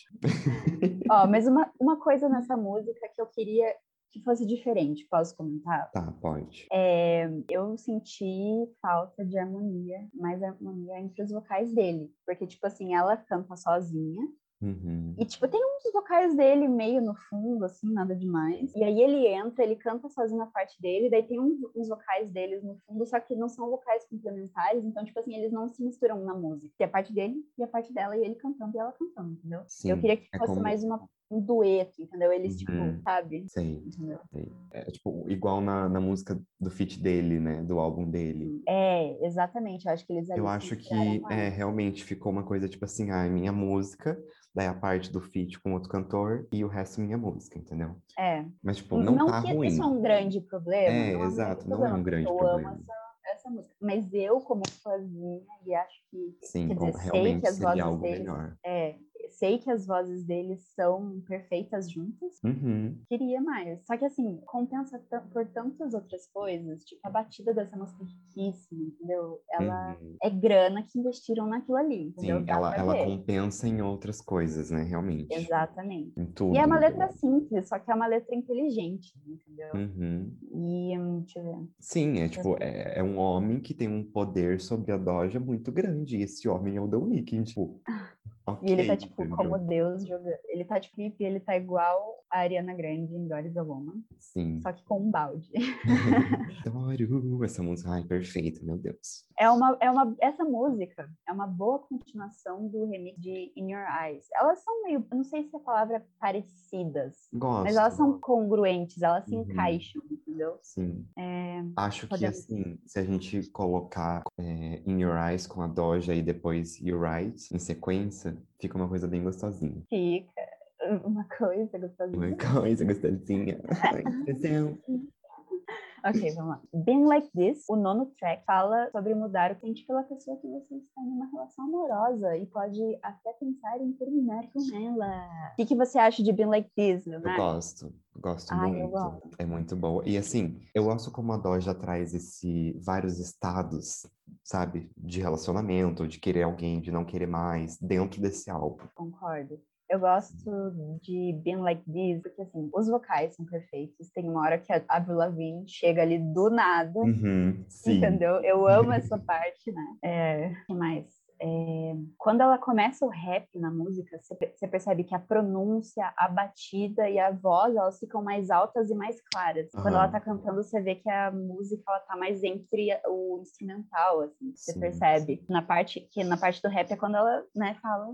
Ó, mas uma coisa nessa música que eu queria que fosse diferente, posso comentar? Tá, pode. Eu senti falta de harmonia, mais harmonia entre os vocais dele. Porque, tipo assim, ela canta sozinha. E, Uhum. tipo, tem uns vocais dele meio no fundo, assim, nada demais. E aí ele entra, ele canta sozinho a parte dele, daí tem uns vocais deles no fundo, só que não são vocais complementares, então, tipo assim, eles não se misturam na música. Tem a parte dele e a parte dela, e ele cantando e ela cantando, entendeu? Eu Sim, queria que é fosse mais como. um dueto, entendeu? Eles, tipo, Uhum. sabe? Sei, Entendeu? sei. É tipo, igual na música do feat dele, né? Do álbum dele. Exatamente. Eu acho que eles Eu ali se acho inspiraram que mais. realmente ficou uma coisa tipo assim, ah, é minha música, daí a parte do feat com outro cantor e o resto minha música, entendeu? É. Mas, tipo, não Não tá que isso é ruim. um grande problema, É, não é um grande exato, não é problema, um porque grande eu amo problema. essa música. Mas eu, como fãzinha, e acho que, Sim, quer dizer, sei que realmente as seria vozes algo deles, melhor. sei que as vozes deles são perfeitas juntas. Uhum. Queria mais. Só que assim, compensa por tantas outras coisas. Tipo, a batida dessa música é riquíssima, entendeu? Ela Uhum. é grana que investiram naquilo ali, entendeu? Sim, Dá pra ela ver. compensa em outras coisas, né? Realmente. Exatamente. Em E é uma tudo. letra simples, só que é uma letra inteligente, entendeu? Uhum. E, deixa eu ver. Sim, é tipo, é um homem que tem um poder sobre a Doja muito grande. E esse homem é o The Weeknd. Tipo, E ele tá, ok, tipo, como entendeu? Deus jogando. Ele tá, tipo, ele tá igual a Ariana Grande em God is a Woman, Sim. só que com um balde. Adoro essa música. Ai, perfeita, meu Deus. Essa música é uma boa continuação do remix de In Your Eyes. Elas são meio, eu não sei se a palavra é parecidas, mas elas Gosto. são congruentes, elas se Uhum. encaixam, entendeu? Sim. Acho que, Podemos assim, se a gente colocar In Your Eyes com a Doja e depois You're Right em sequência, fica uma coisa bem gostosinha. fica uma coisa Uma gostosinha. coisa gostosinha. Ai, expressão. Ok, vamos lá. Been Like This, o nono track, fala sobre mudar o que sente pela pessoa que você está em uma relação amorosa e pode até pensar em terminar com ela. O que você acha de Been Like This, Eu Leonardo? gosto Ai, eu muito. gosto. É muito boa. E assim, eu gosto como a Doja traz vários estados, sabe, de relacionamento, de querer alguém, de não querer mais, dentro desse álbum. Concordo. Eu gosto de Been Like This, porque assim, os vocais são perfeitos. Tem uma hora que a Avril Lavigne chega ali do nada, Uhum, sim. entendeu? Eu amo essa parte, né? O que mais? Quando ela começa o rap na música, você percebe que a pronúncia, a batida e a voz, elas ficam mais altas e mais claras. Quando ela tá Aham, cantando, você vê que a música, ela tá mais entre o instrumental, assim, você sim. percebe. Na parte do rap é quando ela, né, fala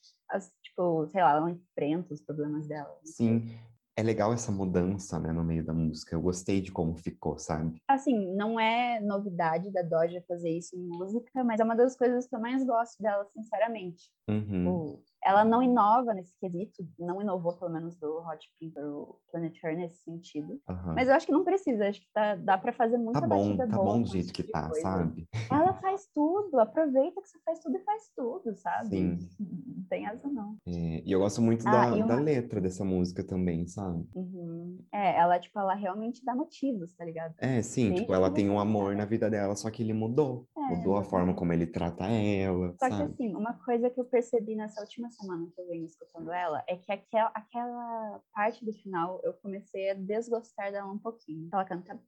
tipo, sei lá, ela enfrenta os problemas dela, não sei. Sim, é legal essa mudança, né, no meio da música. Eu gostei de como ficou, sabe? Assim, não é novidade da Doja fazer isso em música, mas é uma das coisas que eu mais gosto dela, sinceramente. Uhum, Tipo, ela não inova nesse quesito, não inovou pelo menos do Hot Pink ou Planet Her nesse sentido. Mas aham. eu acho que não precisa, acho que dá pra fazer muita batida Tá boa bom do com esse jeito que tipo de tá, coisa. sabe? Ela faz tudo, aproveita que você faz tudo e faz tudo, sabe? Sim. Não tem essa não. E eu gosto muito Ah, e da uma. letra dessa música também, sabe? Uhum. Ela, tipo, ela realmente dá motivos, tá ligado? É, sim, tipo, Desde ela que tem você um não amor na quer. vida dela, só que ele mudou. Mudou a forma Exatamente. como ele trata ela, Só que, sabe? assim, uma coisa que eu percebi nessa última semana que eu venho escutando ela é que aquela parte do final eu comecei a desgostar dela um pouquinho. Ela canta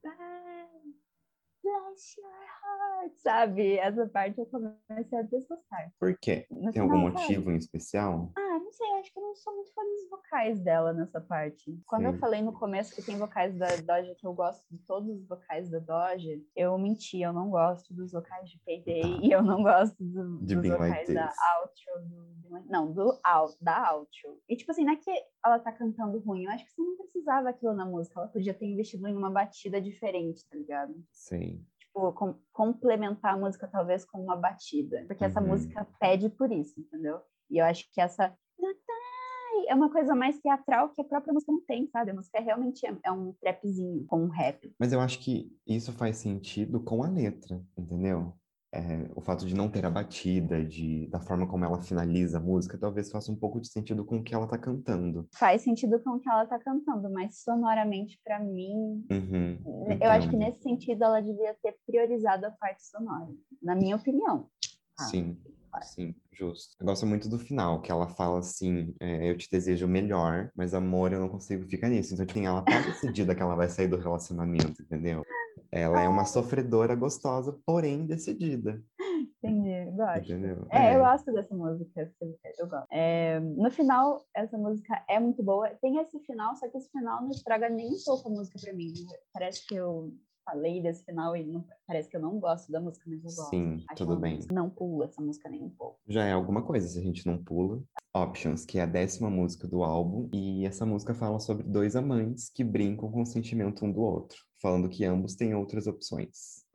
Bless your heart, sabe? Essa parte eu comecei a desgostar. Por quê? No Tem algum final, sabe? motivo em especial? Não sei, acho que eu não sou muito fã dos vocais dela nessa parte. Quando eu Sei. falei no começo que tem vocais da Doja que eu gosto de todos os vocais da Doja, eu menti, eu não gosto dos vocais de Payday Tá. e eu não gosto De dos Being Like vocais da This. outro, não, da outro. E tipo assim, não é que ela tá cantando ruim, eu acho que você não precisava aquilo na música, ela podia ter investido em uma batida diferente, tá ligado? Sei. Tipo, complementar a música talvez com uma batida, porque essa Uhum. música pede por isso, entendeu? E eu acho que essa é uma coisa mais teatral que a própria música não tem, sabe? A música realmente é um trapzinho com um rap. Mas eu acho que isso faz sentido com a letra, entendeu? O fato de não ter a batida, da forma como ela finaliza a música, talvez faça um pouco de sentido com o que ela tá cantando. Faz sentido com o que ela tá cantando, mas sonoramente, pra mim, Uhum, eu acho que entendo. nesse sentido ela devia ter priorizado a parte sonora, na minha opinião. Ah, Sim, sim, justo. Eu gosto muito do final, que ela fala assim, eu te desejo o melhor, mas amor, eu não consigo ficar nisso. Então, tipo, ela tá decidida que ela vai sair do relacionamento, entendeu? Ela é uma sofredora gostosa, porém decidida, entendi, gosto. entendeu? Eu gosto dessa música, eu gosto. No final, essa música é muito boa. Tem esse final, só que esse final não estraga nem um pouco a música pra mim. Parece que eu falei desse final e parece que eu não gosto da música, mas eu gosto. Sim, Acho tudo uma bem. música. Não pulo essa música nem um pouco. Já é alguma coisa se a gente não pula. Options, que é a 10ª música do álbum, e essa música fala sobre dois amantes que brincam com o sentimento um do outro, falando que ambos têm outras opções.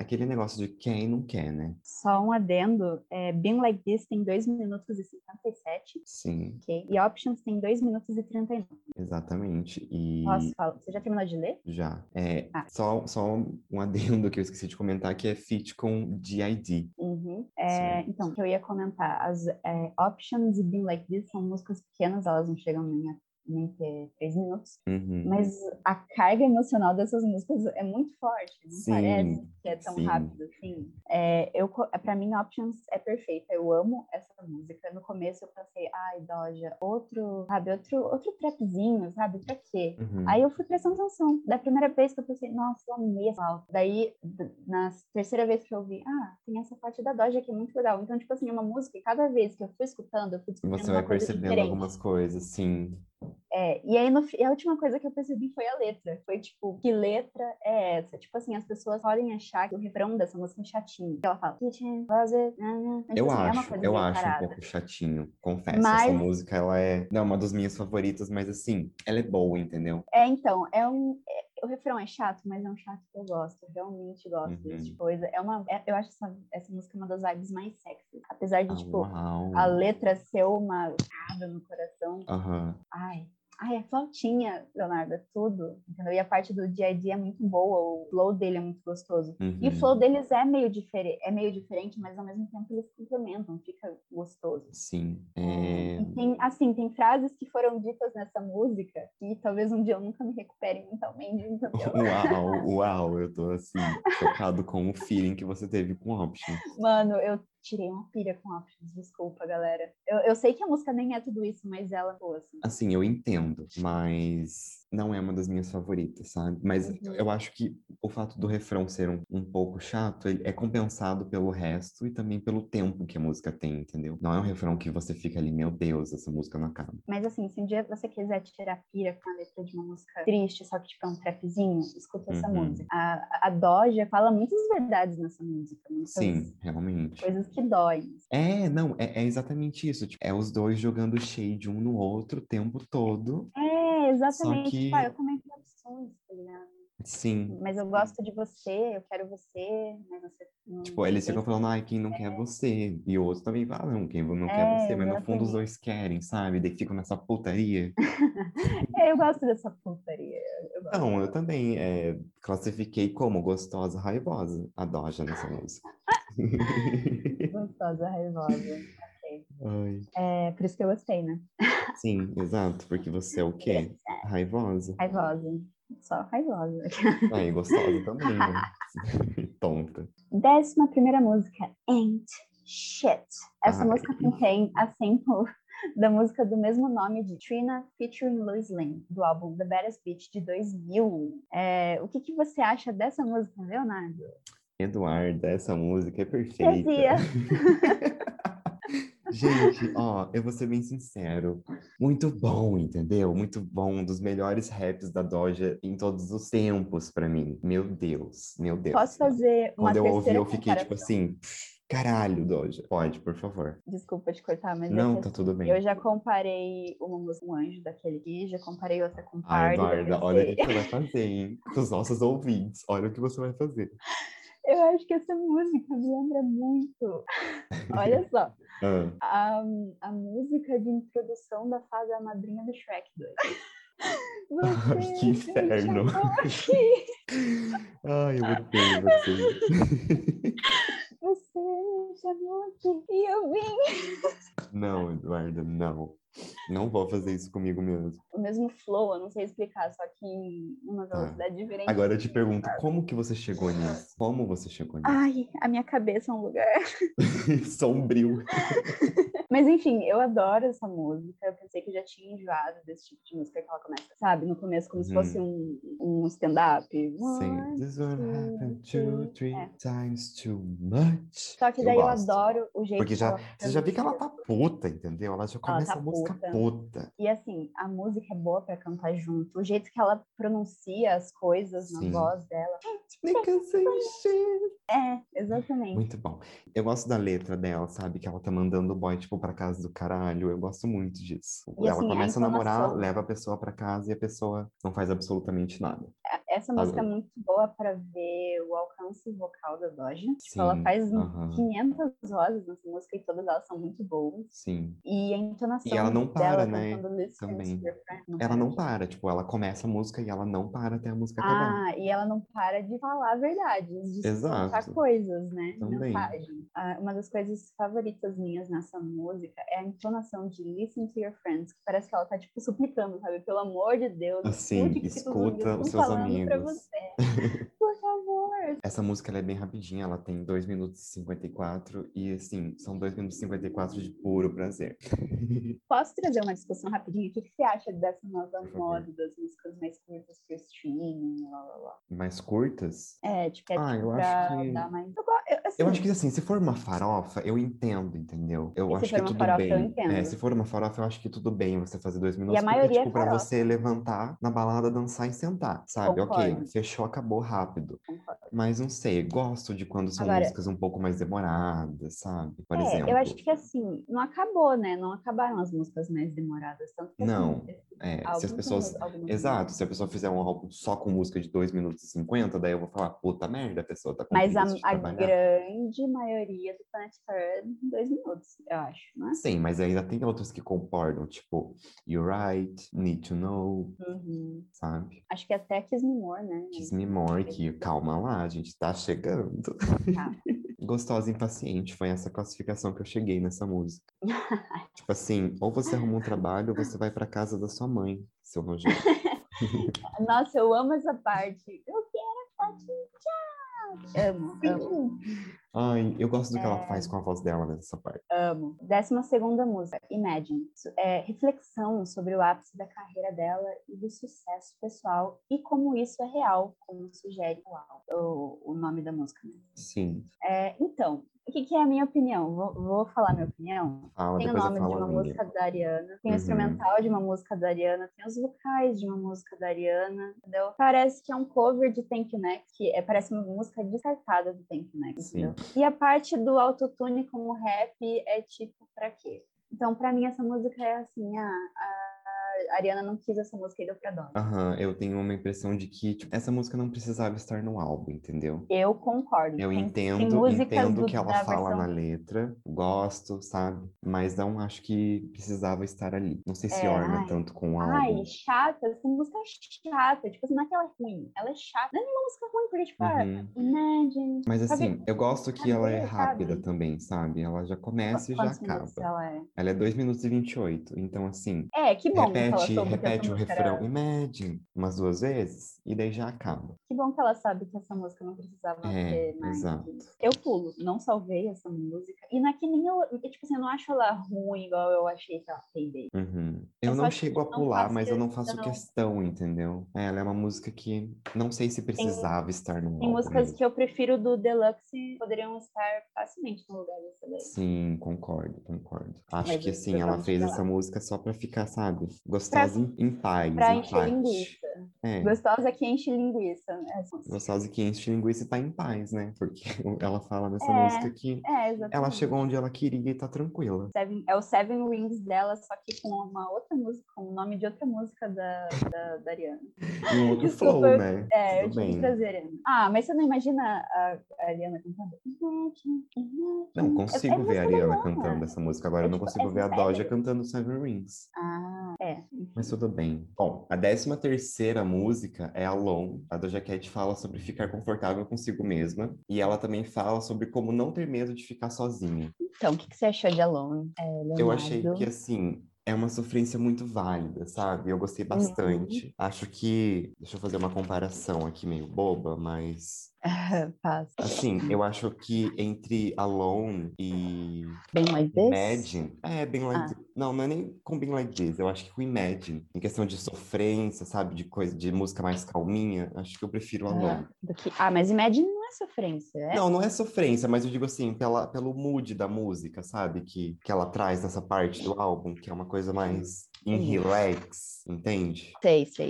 aquele negócio de quer e não quer, né? Só um adendo, Been Like This tem 2 minutos e 57, Sim, ok? E Options tem 2 minutos e 39. exatamente. Posso E falar? Você já terminou de ler? já. Ah, Só um adendo que eu esqueci de comentar, que é feat com D.I.D. uhum. Certo. Então, o que eu ia comentar, as Options e Been Like This são músicas pequenas, elas não chegam nem ter 3 minutos, Uhum. mas a carga emocional dessas músicas é muito forte, não parece Sim, que é tão sim. rápido assim. Pra mim, Options é perfeita, eu amo essa música. No começo eu pensei, ai, Doja, outro trapzinho, sabe, pra quê? Aí Uhum. eu fui prestando atenção. Da primeira vez que eu pensei, nossa, eu amei essa álbum. Daí, na terceira vez que eu ouvi, tem essa parte da Doja que é muito legal. Então, tipo assim, é uma música que cada vez que eu fui escutando, eu fui descobrindo Você vai uma coisa percebendo diferente. algumas coisas, sim. E aí, a última coisa que eu percebi foi a letra. Foi tipo, que letra é essa? Tipo assim, as pessoas podem achar que o refrão dessa música é chatinho. Ela fala, kitchen, closet, então, tipo assim, é uma coisa Eu meio acho um parada. pouco chatinho, confesso. Essa Mas, música, ela é, não, uma das minhas favoritas, mas assim, ela é boa, entendeu? então, o refrão é chato, mas é um chato que eu gosto. Eu realmente gosto desse tipo de Uhum. coisa. Eu acho essa música uma das vibes mais sexy. Apesar de, Ah, tipo, a uau. letra ser uma facada no coração. Aham. Ai, é flautinha, Leonardo, é tudo, entendeu? E a parte do dia a dia é muito boa, o flow dele é muito gostoso. E o flow Uhum. deles é meio diferente, mas ao mesmo tempo eles complementam, fica gostoso. Sim. E tem, assim, tem frases que foram ditas nessa música que talvez um dia eu nunca me recupere mentalmente, entendeu? Uau, uau, eu tô assim, chocado com o feeling que você teve com Options. Mano, eu tirei uma pira com Options, desculpa, galera. Eu sei que a música nem é tudo isso, mas ela é boa, assim. Assim, eu entendo, mas não é uma das minhas favoritas, sabe? Mas Uhum. eu acho que o fato do refrão ser um pouco chato, ele é compensado pelo resto e também pelo tempo que a música tem, entendeu? Não é um refrão que você fica ali, meu Deus, essa música não acaba. Mas assim, se um dia você quiser tirar pira com a letra de uma música triste, só que tipo é um trapzinho, escuta essa música. Uhum. A Doja fala muitas verdades nessa música, muitas Sim, realmente. coisas que doem. Não, é exatamente isso. Tipo, é os dois jogando shade um no outro o tempo todo. Só Exatamente. Tipo, eu que, também tenho opções, tá ligado? sim, Mas eu gosto de você, eu quero você, mas você tipo, não eles ficam pensa. falando, ai, quem não quer você. E o outro também fala, não, quem não quer você. Mas no fundo os Exatamente. dois querem, sabe? Daí ficam nessa putaria. Eu gosto dessa putaria, eu gosto. Não, eu também classifiquei como gostosa, raivosa a Doja nessa música. Gostosa, raivosa. Ok. Ai, É por isso que eu gostei, né? sim, exato, porque você é o quê? Engraçado. Raivosa. Raivosa. Só raivosa. Ah, e gostosa também, né? Tonta. 11ª música, Ain't Shit. Essa Ai, música contém a sample da música do mesmo nome de Trina featuring Lois Lane, do álbum The Baddest Bitch de 2000. O que você acha dessa música, Leonardo? Eduarda, essa música é Que perfeita. dizia. Gente, ó, eu vou ser bem sincero. Muito bom, entendeu? Muito bom. Um dos melhores raps da Doja em todos os tempos pra mim. Meu Deus, meu Posso Deus. fazer uma Quando eu ouvi, terceira eu fiquei tipo comparação? assim, caralho, Doja. Pode, por favor. Desculpa te cortar, mas é que Não, tá assim, tudo eu bem. já comparei uma música com um anjo daquele aqui, já comparei outra com Ah, Party, eu Eduarda, olha o pensei, que você vai fazer, hein? Com os nossos ouvintes, olha o que você vai fazer. eu acho que essa música me lembra muito. Olha só, Ah, a, a música de introdução da fase da madrinha do Shrek 2. ai, que Você me inferno. chamou aqui, Ai, eu odeio você. você me chamou aqui e eu vim. Não, Eduarda, não. Não vou fazer isso comigo mesmo. O mesmo flow, eu não sei explicar, só que em uma Tá. velocidade diferente. Agora eu te pergunto, como que você chegou nisso? Como você chegou nisso? Ai, a minha cabeça é um lugar. Sombrio. Mas enfim, eu adoro essa música. Eu pensei que eu já tinha enjoado desse tipo de música que ela começa, sabe? No começo, como se fosse Uhum. um stand-up. Sim. One, This one two, happened two, three. three times too much. Só que Eu daí eu gosto. adoro o jeito Porque que já, ela você já vê que ela pronuncia. tá puta, entendeu? Ela já Ela começa tá a música puta. puta. E assim, a música é boa pra cantar junto. O jeito que ela pronuncia as coisas na Sim. voz dela. Because I'm shit. Exatamente. Muito bom. Eu gosto da letra dela, sabe? Que ela tá mandando o boy, tipo, pra casa do caralho. Eu gosto muito disso. E Ela assim, a começa a namorar, entonação. leva a pessoa pra casa e a pessoa não faz absolutamente nada. essa música é muito boa pra ver o alcance vocal da Doja. Tipo, ela Sim, faz aham, 500 vozes nessa música e todas elas são muito boas. sim. E a E ela entonação não para, dela né? cantando Listen to Também. Your Friend não Ela para não de... para, tipo, ela começa a música e ela não para até a música acabar. Ah, e ela não para de falar verdades, de soltar Exato, coisas, né? também. Mensagem. Uma das coisas favoritas minhas nessa música é a entonação de Listen to Your Friends, que parece que ela tá, tipo, suplicando, sabe? Pelo amor de Deus, Assim, escute o que seus amigos escuta os estão seus falando pra amigos. você. Por favor. Essa música ela é bem rapidinha, ela tem 2 minutos e 54 e assim, são 2 minutos e 54 de puro prazer. Posso trazer uma discussão rapidinho? O que você acha dessa nova Por favor. moda das músicas mais curtas pro streaming, lá, lá, lá? Mais curtas? É Ah, tipo eu acho pra que. dar mais... Eu acho assim, que assim, se for uma farofa, eu entendo, entendeu? Eu e se acho for que uma tudo farofa, eu bem. É, se entendo. for uma farofa, eu acho que tudo bem você fazer 2 E a minutos, porque, maioria é tipo, pra você farofa. levantar na balada, dançar e sentar, sabe? Ok, Concordo, fechou, acabou rápido. concordo. Mas não sei, gosto de quando são Agora, músicas um pouco mais demoradas, sabe? Por eu acho exemplo. que assim, não acabou, né? Não acabaram as músicas mais demoradas. Tanto que Não, esse se as álbum tem pessoas. algumas Exato, músicas. se a pessoa fizer um álbum só com música de 2 minutos e 50, daí eu vou falar, puta merda, a pessoa tá com Mas preguiça de a trabalhar. grande maioria do Planet Her é 2 minutos, eu acho, né? Sim, mas ainda tem outros que concordam, tipo, You're Right, Need to Know, Uhum. sabe? Acho que até Kiss Me More, né? Kiss Me More, que calma lá, a gente tá chegando. Tá. Gostosa e Impaciente, foi essa classificação que eu cheguei nessa música. Tipo assim, ou você arruma um trabalho ou você vai pra casa da sua mãe, seu nojento. Nossa, eu amo essa parte. Eu quero amo, amo, Ai, eu gosto do que ela faz com a voz dela nessa parte. amo. 12ª música, Imagine. Reflexão sobre o ápice da carreira dela e do sucesso pessoal e como isso é real, como sugere o nome da música, né? Sim, Então, o que é a minha opinião? Vou falar minha opinião. fala, Tem o depois eu nome de falo a uma minha. música da Ariana, tem o Uhum. instrumental de uma música da Ariana, tem os vocais de uma música da Ariana, entendeu? Parece que é um cover de Thank You Next, parece uma música descartada do Thank You Next, Sim. entendeu? E a parte do autotune como rap é tipo, pra quê? Então, pra mim, essa música é assim, a Ariana não quis essa música e deu pra Donna. Aham, eu tenho uma impressão de que tipo, essa música não precisava estar no álbum, entendeu? Eu concordo. Eu Tem entendo, músicas entendo o que ela da fala na versão... letra, gosto, sabe? Mas não acho que precisava estar ali. Não sei se orna Ai, tanto com o ai, álbum. chata, essa música é chata. Tipo assim, não é que ela é ruim, ela é chata. Não é nenhuma música ruim, porque, tipo, Uhum. Imagine. Mas Sabe, assim, eu gosto que ela é cadê, rápida sabe? também, sabe? Ela já começa e já Quantos minutos acaba. ela é? Ela é 2 minutos e 28. Então, assim, Que bom que ela soube que essa repete o música refrão era. Imagine umas 2 vezes e daí já acaba. Que bom que ela sabe que essa música não precisava É, ter mais. exato. Eu pulo, não salvei essa música. E não é que nem eu. Tipo assim, eu não acho ela ruim igual eu achei que ela fez. Uhum. É Eu só não que chego a não pular, faz mas eu não faço questão. questão, entendeu? Ela é uma música que não sei se Tem precisava estar no Tem álbum músicas mesmo. que eu prefiro do Deluxe, poderiam estar facilmente no lugar dessa daí. Sim, concordo, concordo. Acho Mas que assim, ela vamos fez chegar essa lá. música só pra ficar, sabe, Pra, gostosa em paz, pra em encher paz. linguiça. É, Gostosa que enche linguiça, né? gostosa e que enche linguiça e tá em paz, né? Porque ela fala nessa música que ela chegou Exatamente. onde ela queria e tá tranquila. É o Seven Rings dela, só que com uma outra música, com o nome de outra música da Ariana. E um outro flow, Desculpa, né? eu Tudo tive que bem. trazer a Ariana. Mas você não imagina a Ariana cantando? Imagine, Não, imagine. É consigo ver a música da Ariana cantando Ariana. essa música. Agora eu não Tipo, consigo ver a Doja sério. cantando Seven Rings. Mas Enfim. tudo bem. Bom, a 13ª música é Alone. A Doja Cat fala sobre ficar confortável consigo mesma. E ela também fala sobre como não ter medo de ficar sozinha. Então, o que você achou de Alone, Eu achei que, Leonardo? assim, é uma sofrência muito válida, sabe? Eu gostei Uhum. bastante. Acho que... Deixa eu fazer uma comparação aqui meio boba, mas... Paz. Assim, eu acho que entre Alone e Bem like this? Imagine, bem like Ah, this. Não, não é nem com Bem Like This. Eu acho que com Imagine, em questão de sofrência, sabe, de coisa, de música mais calminha, acho que eu prefiro Alone. mas Imagine não é sofrência, é? Não, não é sofrência, mas eu digo assim, pelo mood da música, sabe, que ela traz nessa parte do álbum, que é uma coisa mais em Entendi. relax, entende? Sei, sei.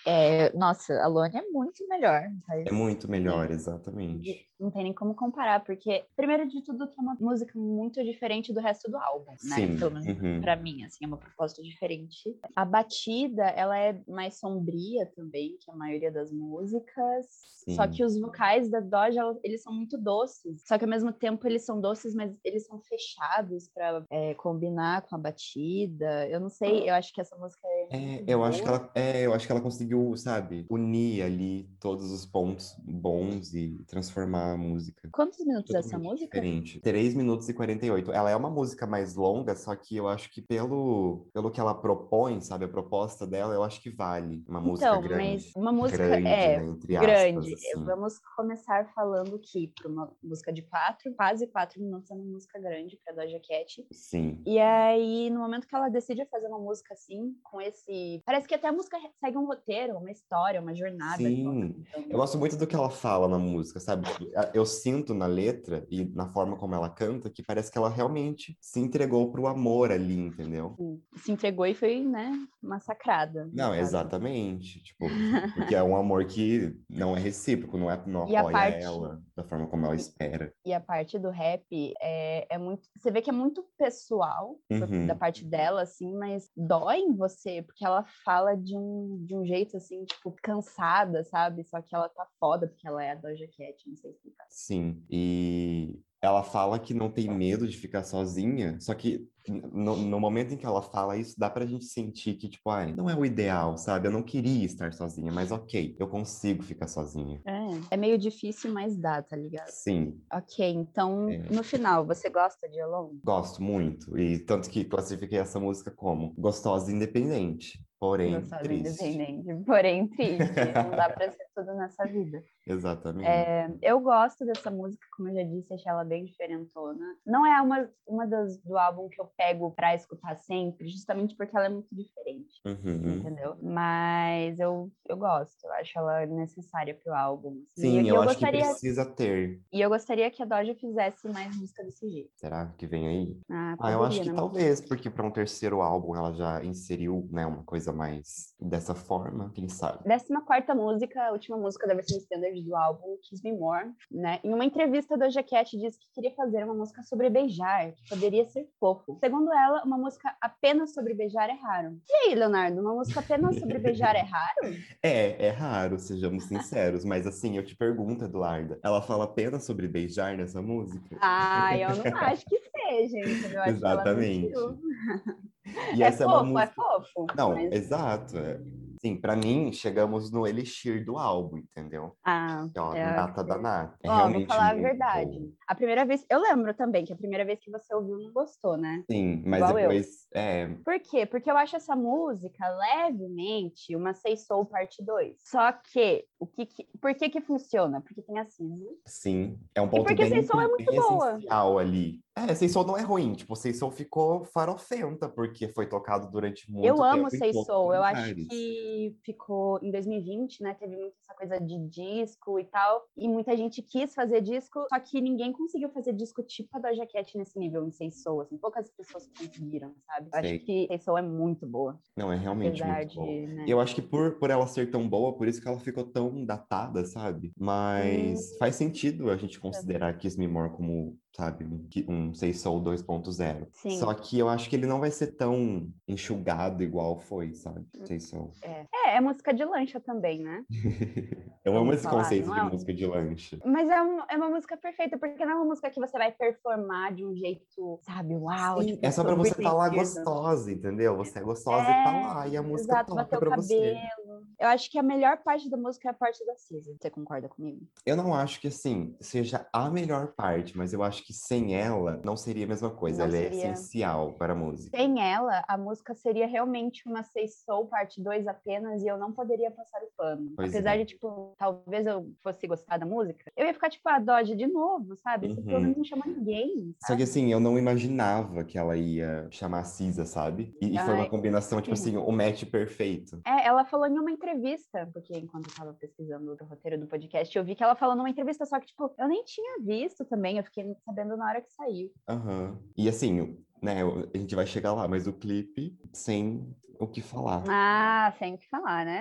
Nossa, a Lone é muito melhor. É muito melhor, exatamente. Não tem nem como comparar, porque, primeiro de tudo, que é uma música muito diferente do resto do álbum, né? Sim. Pelo menos pra mim, assim, é uma proposta diferente. A batida, ela é mais sombria também, que a maioria das músicas. Sim. Só que os vocais da Doja, eles são muito doces. Só que, ao mesmo tempo, eles são doces, mas eles são fechados pra combinar com a batida. Eu não sei, eu acho que essa música é muito Eu acho que boa. eu acho que ela conseguiu, sabe, unir ali todos os pontos bons e transformar a música. Quantos minutos é essa Totalmente música? diferente. 3 minutos e 48. Ela é uma música mais longa, só que eu acho que pelo que ela propõe, sabe, a proposta dela, eu acho que vale uma música Então, mas grande. uma música Grande, né, entre aspas, grande. assim. Vamos começar falando que para uma música de quase 4 minutos é uma música grande para Doja Cat. Sim. E aí, no momento que ela decide fazer uma música assim, com esse. Parece que até a música segue um roteiro, uma história, uma jornada que ela tá Sim, eu contando. gosto muito do que ela fala na música, sabe? Tipo, eu sinto na letra e na forma como ela canta que parece que ela realmente se entregou pro amor ali, entendeu? Se entregou e foi, né, massacrada, no Não, caso. exatamente, tipo, porque é um amor que não é recíproco, não E a apoia parte. ela da forma como ela espera. E a parte do rap é muito. Você vê que é muito pessoal da Uhum, parte dela, assim, mas dói em você, porque ela fala de um jeito, assim, tipo, cansada, sabe? Só que ela tá foda, porque ela é a Doja Cat, não sei explicar. sim, e ela fala que não tem medo de ficar sozinha, só que no momento em que ela fala isso, dá pra gente sentir que, tipo, ai, não é o ideal, sabe? Eu não queria estar sozinha, mas ok, eu consigo ficar sozinha. É meio difícil, mas dá, tá ligado? Sim, Ok, então, é, no final, você gosta de Alone? gosto muito, e tanto que classifiquei essa música como gostosa e independente, porém Gostosa, triste. independente, porém triste. Não dá pra ser tudo nessa vida. Exatamente. Eu gosto dessa música, como eu já disse, achei ela bem diferentona. Não é uma das do álbum que eu pego pra escutar sempre, justamente porque ela é muito diferente, Uhum. entendeu? Mas eu gosto, eu acho ela necessária pro álbum. Assim. Sim, E eu eu acho que gostaria, precisa ter. e eu gostaria que a Doja fizesse mais música desse jeito. Será que vem aí? Ah, Eu acho poderia, que né? talvez, porque para um terceiro álbum ela já inseriu, né, uma coisa mais dessa forma, quem sabe? 14ª música, a última música da versão standard do álbum, Kiss Me More, né? Em uma entrevista, a Doja Cat disse que queria fazer uma música sobre beijar, que poderia ser fofo. Segundo ela, uma música apenas sobre beijar é raro. E aí, Leonardo, uma música apenas sobre beijar é raro? É raro, sejamos sinceros, mas assim, eu te pergunto, Eduarda, ela fala apenas sobre beijar nessa música? Ah, eu não acho que seja, entendeu? Eu acho que ela mentiu. Exatamente. E essa é uma É música. fofo, Não, mas exato. Sim, para mim, chegamos no elixir do álbum, entendeu? ah, Ó, é. nata da nata. É Ó, vou realmente falar a muito verdade. boa. A primeira vez, eu lembro também que a primeira vez que você ouviu não gostou, né? Sim, mas Igual eu. depois. É, Por quê? Porque eu acho essa música levemente uma Sei Soul parte 2. Só que, por que que funciona? Porque tem a SZA. sim, é um E ponto porque Sei Soul é muito bem boa. essencial ali. Seisol não é ruim, tipo, Seisol ficou farofenta, porque foi tocado durante Eu muito amo tempo em Sei poucos Soul. Eu acho lugares. que ficou em 2020, né? Teve muito essa coisa de disco e tal. E muita gente quis fazer disco, só que ninguém conseguiu fazer disco tipo a Doja Cat nesse nível em Sei Soul. Assim, poucas pessoas conseguiram, sabe? Eu acho Sei. que Sei Soul é muito boa. Não, é realmente Apesar muito boa. de, E né? eu acho que por ela ser tão boa, por isso que ela ficou tão datada, sabe? Hum, Mas faz sentido a gente considerar Kiss Me More como, sabe, um Say Soul 2.0. Só sim. que eu acho que ele não vai ser tão enxugado igual foi, sabe? Say Soul. É música de lancha também, né? Eu amo Vamos esse falar. conceito Não de é, música de lanche. mas é uma música perfeita, porque não é uma música que você vai performar de um jeito, sabe, uau, Sim, tipo, é só pra você Britney estar lá Spears. gostosa, entendeu? Você é gostosa e tá É, lá, e a música exato, toca bater o pra você. cabelo. Eu acho que a melhor parte da música é a parte da Cisa. Você concorda comigo? Eu não acho que, assim, seja a melhor parte, mas eu acho que sem ela não seria a mesma coisa. Não Ela é seria. essencial para a música. Sem ela, a música seria realmente uma Say Soul parte 2 apenas e eu não poderia passar o pano. Pois Apesar é. de, tipo, talvez eu fosse gostar da música, eu ia ficar, tipo, a Dodge de novo, sabe? Você pelo menos Uhum. não chama ninguém, Só que, sabe? assim, eu não imaginava que ela ia chamar a Cisa, sabe? E foi uma Ai, combinação, tipo assim, o match perfeito. ela falou em uma entrevista, porque enquanto eu tava pesquisando o roteiro do podcast, eu vi que ela falou numa entrevista, só que, tipo, eu nem tinha visto também, eu fiquei sabendo na hora que saiu. Aham. E, assim, né, a gente vai chegar lá, mas o clipe sem o que falar. Ah, sem o que falar, né?